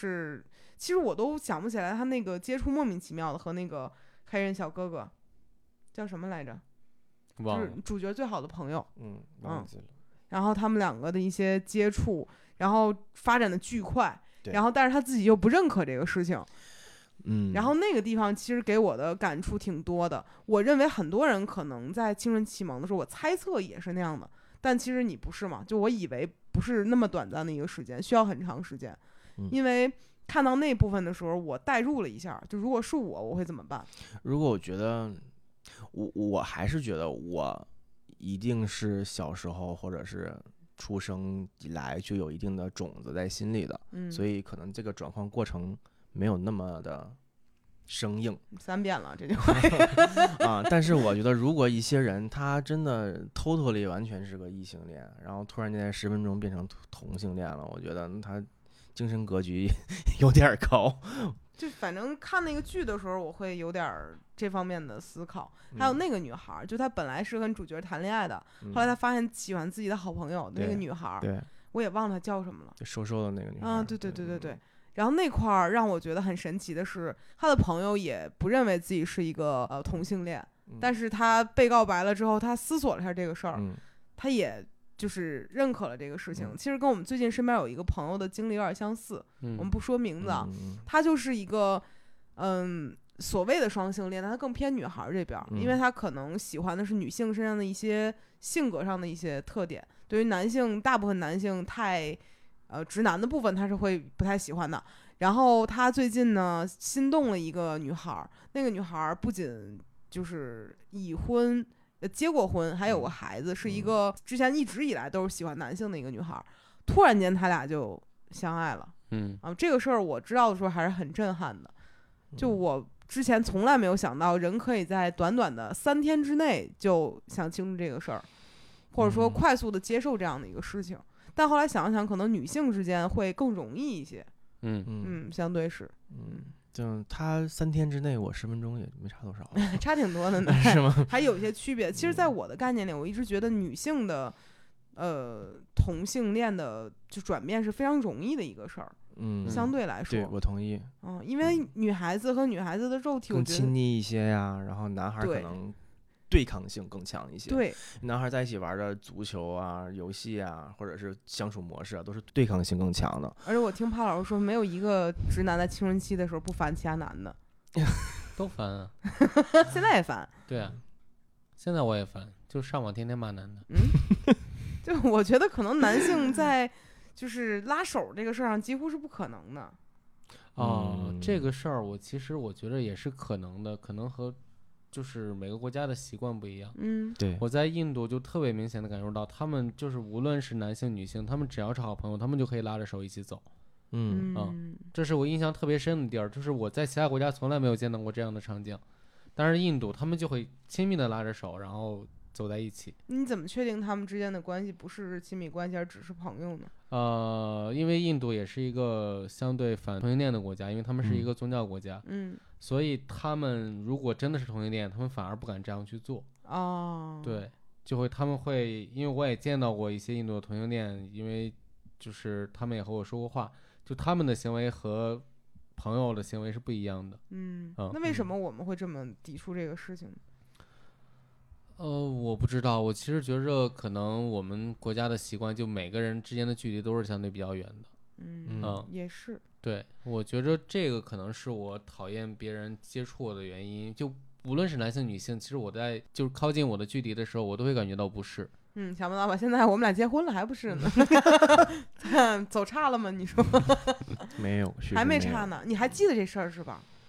其实我都想不起来他那个接触莫名其妙的和那个黑人小哥哥叫什么来着？就是主角最好的朋友。 嗯，忘记了。 然后他们两个的一些接触，然后发展的巨快，然后但是他自己又不认可这个事情。 嗯， 然后那个地方其实给我的感触挺多的。我认为很多人可能在青春启蒙的时候，我猜测也是那样的，但其实你不是嘛？就我以为不是那么短暂的一个时间，需要很长时间。 嗯、 因为看到那部分的时候，我代入了一下，就如果是我，我会怎么办？ 如果我觉得，我我还是觉得我一定是小时候或者是出生以来就有一定的种子在心里的， 嗯， 所以可能这个转换过程没有那么的生硬。 三遍了这句话啊！但是我觉得，如果一些人他真的 totally 完全是个异性恋，然后突然间在十分钟变成同性恋了，我觉得他精神格局有点高。 就反正看那个剧的时候，我会有点这方面的思考。还有那个女孩，嗯、就她本来是跟主角谈恋爱的， 嗯、 后来她发现喜欢自己的好朋友、嗯、那个女孩， 对， 我也忘了她叫什么了， 就瘦瘦的那个女孩。 啊，对对对对对。然后那块儿让我觉得很神奇的是，她的朋友也不认为自己是一个呃同性恋， 嗯、 但是她被告白了之后，她思索了一下这个事儿， 嗯、 她也就是认可了这个事情。 嗯、 其实跟我们最近身边有一个朋友的经历有点相似， 嗯、 我们不说名字啊， 嗯、 他就是一个嗯所谓的双性恋，但他更偏女孩这边， 嗯、 因为他可能喜欢的是女性身上的一些性格上的一些特点，对于男性大部分男性太呃直男的部分他是会不太喜欢的。然后他最近呢心动了一个女孩，那个女孩不仅就是已婚呃结过婚还有个孩子，是一个之前一直以来都是喜欢男性的一个女孩，突然间他俩就相爱了。 嗯啊，这个事儿我知道的时候还是很震撼的，就我之前从来没有想到人可以在短短的三天之内就想清楚这个事儿，或者说快速的接受这样的一个事情。但后来想想，可能女性之间会更容易一些。 嗯嗯，相对是。 嗯，就他三天之内，我十分钟也没差多少， 差挺多的呢， 是吗？ 还有一些区别。其实，在我的概念里，我一直觉得女性的呃同性恋的就转变是非常容易的一个事儿。 嗯， 相对来说， 对我同意。 嗯，因为女孩子和女孩子的肉体更亲昵一些呀，然后男孩可能对抗性更强一些。 对， 男孩在一起玩的足球啊、游戏啊，或者是相处模式啊，都是对抗性更强的。 而且我听帕老师说，没有一个直男在青春期的时候不烦其他男的， 都烦啊。 现在也烦。 对啊，现在我也烦，就上网天天骂男的。 嗯，就我觉得可能男性在就是拉手这个事儿上几乎是不可能的。 哦， 嗯、 这个事儿我其实我觉得也是可能的，可能和就是每个国家的习惯不一样。 嗯， 对。 我在印度就特别明显的感受到，他们就是无论是男性女性，他们只要是好朋友，他们就可以拉着手一起走。 嗯嗯，这是我印象特别深的地儿，就是我在其他国家从来没有见到过这样的场景，但是印度他们就会亲密的拉着手，然后走在一起。 你怎么确定他们之间的关系不是亲密关系，而只是朋友呢？ 呃，因为印度也是一个相对反同性恋的国家，因为他们是一个宗教国家， 嗯， 所以他们如果真的是同性恋，他们反而不敢这样去做。 哦， 对，就会他们会，因为我也见到过一些印度的同性恋，因为就是他们也和我说过话，就他们的行为和朋友的行为是不一样的。 嗯， 嗯， 那为什么我们会这么抵触这个事情呢？ 呃，我不知道，我其实觉着可能我们国家的习惯，就每个人之间的距离都是相对比较远的。 嗯， 嗯也是。 对，我觉着这个可能是我讨厌别人接触我的原因。就无论是男性女性，其实我在就是靠近我的距离的时候，我都会感觉到不适。 嗯，想不到吧？现在我们俩结婚了还不是呢？走差了吗？你说？ 没有， 还没差呢。你还记得这事儿是吧？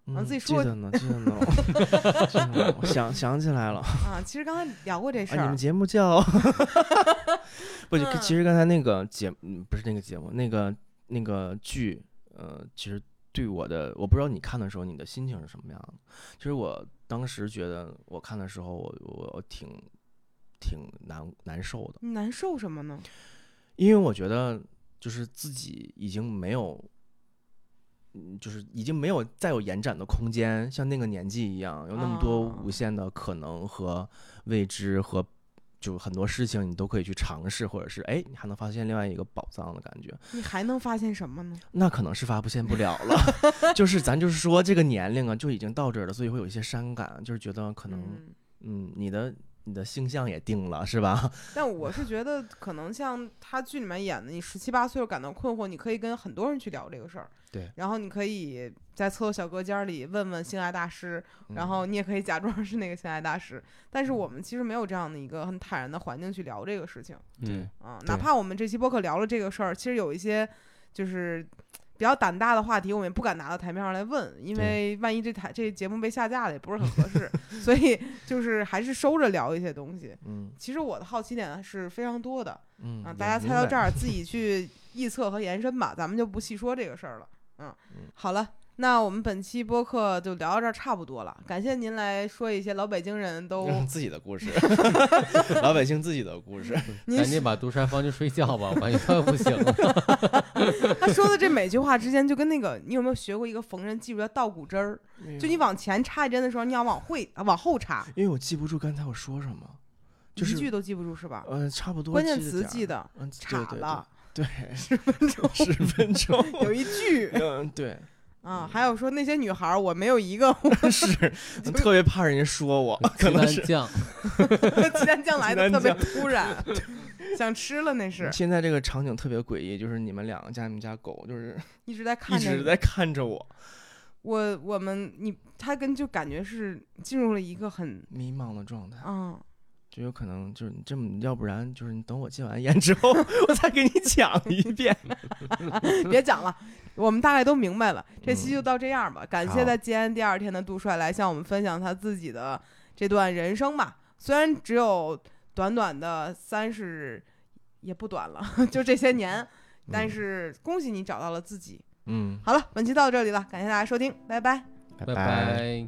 然后自己说记得呢，记得呢，记得呢我想想起来了啊。其实刚才聊过这事儿、 啊，你们节目叫不， 嗯、 其实刚才那个节嗯不是那个节目，那个那个剧，呃，其实对我的，我不知道你看的时候你的心情是什么样的。其实我当时觉得我看的时候我，我我挺挺难难受的。 你难受什么呢？ 因为我觉得就是自己已经没有。嗯，就是已经没有再有延展的空间，像那个年纪一样，有那么多无限的可能和未知和就很多事情你都可以去尝试，或者是哎，你还能发现另外一个宝藏的感觉。 你还能发现什么呢？ 那可能是发现不了了，就是咱就是说这个年龄啊就已经到这儿了，所以会有一些伤感，就是觉得可能嗯, 嗯你的。你的性向也定了是吧？ 但我是觉得可能像他剧里面演的，你十七八岁感到困惑，你可以跟很多人去聊这个事儿。 对， 然后你可以在厕所小隔间里问问性爱大师， 嗯、 然后你也可以假装是那个性爱大师。但是我们其实没有这样的一个很坦然的环境去聊这个事情。 对啊，哪怕我们这期播客聊了这个事儿，其实有一些就是比较胆大的话题，我们也不敢拿到台面上来问，因为万一这台这节目被下架了也不是很合适，所以就是还是收着聊一些东西。 嗯， 其实我的好奇点是非常多的， 嗯啊，大家猜到这儿自己去臆测和延伸吧，咱们就不细说这个事儿了。嗯，好了。那我们本期播客就聊到这儿差不多了，感谢您来说一些老北京人都自己的故事，老百姓自己的故事。 赶紧把杜帅放去睡觉吧，我感觉他不行了。 他说的这每句话之间就跟那个，你有没有学过一个缝纫技术叫倒骨针儿？就你往前插一针的时候，你要往会往后插。 因为我记不住刚才我说什么，就是一句都记不住是吧？ 呃，差不多。 关键词记得， 嗯， 岔了， 对， 十分钟， 十分钟有一句， 嗯，对。 啊，还有说那些女孩，我没有一个是特别怕人家说我，可能是鸡蛋酱， 鸡蛋酱来的特别突然，想吃了那是。 现在这个场景特别诡异，就是你们两个加你们家狗，就是一直在看着， 一直在看着我。 我我们你他跟就感觉是进入了一个很迷茫的状态， 嗯。 就有可能就是你这么，要不然就是你等我戒完烟之后，我再给你讲一遍。 别讲了，我们大概都明白了。这期就到这样吧。嗯、感谢在接安第二天的杜帅来向我们分享他自己的这段人生吧。虽然只有短短的三十，也不短了，就这些年，但是恭喜你找到了自己。 嗯， 好了，本期到这里了，感谢大家收听，拜拜， 拜拜拜。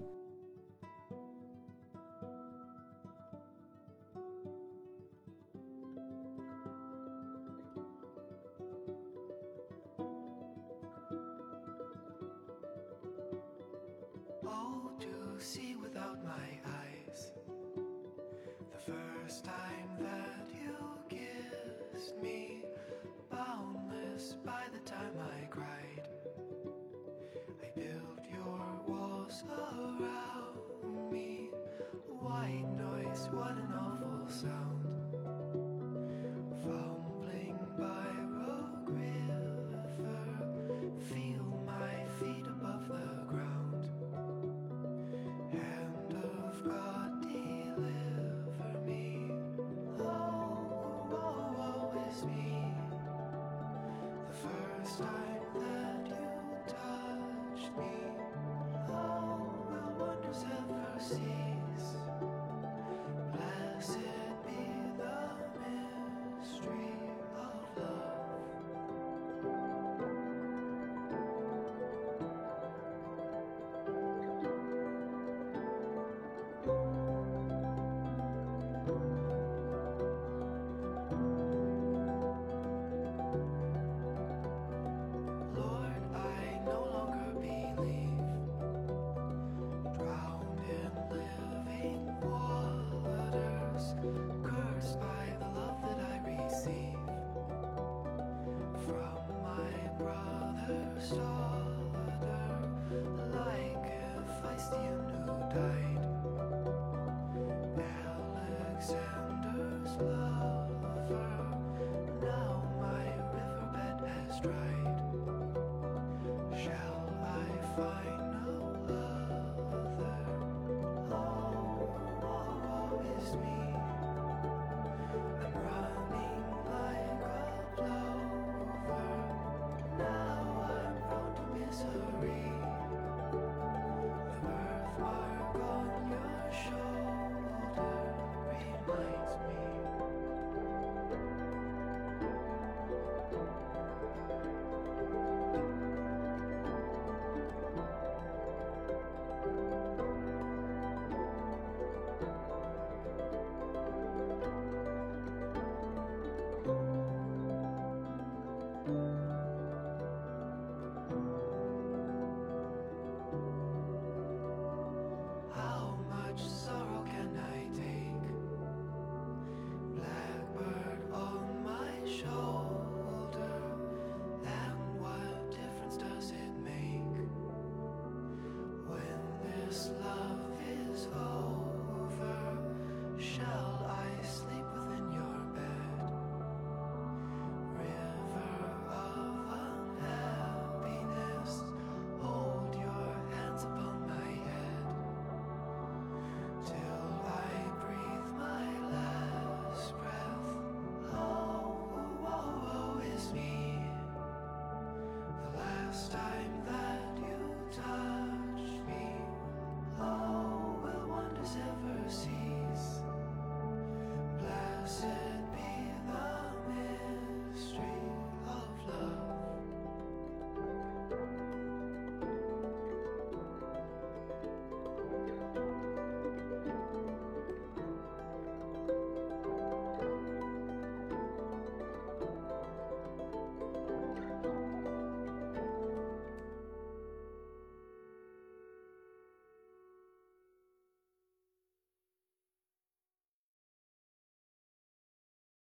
See without my eyes, the first time that you kissed me, boundless by the time I cried. I built your walls around me, white noise, what an awful sound. Fumbling by Rogue River, feel my feet above the ground. Hand of God, deliver me. Oh, woe, woe is me. The first time that you touched me, oh, will wonders ever cease? Blessed be the mystery of love. Lord, I no longer believe, drowned in living waters, cursed by the love that I receive from my brother's daughter, like Hephaestion who died, Alexander's lover. Now my riverbed has dried.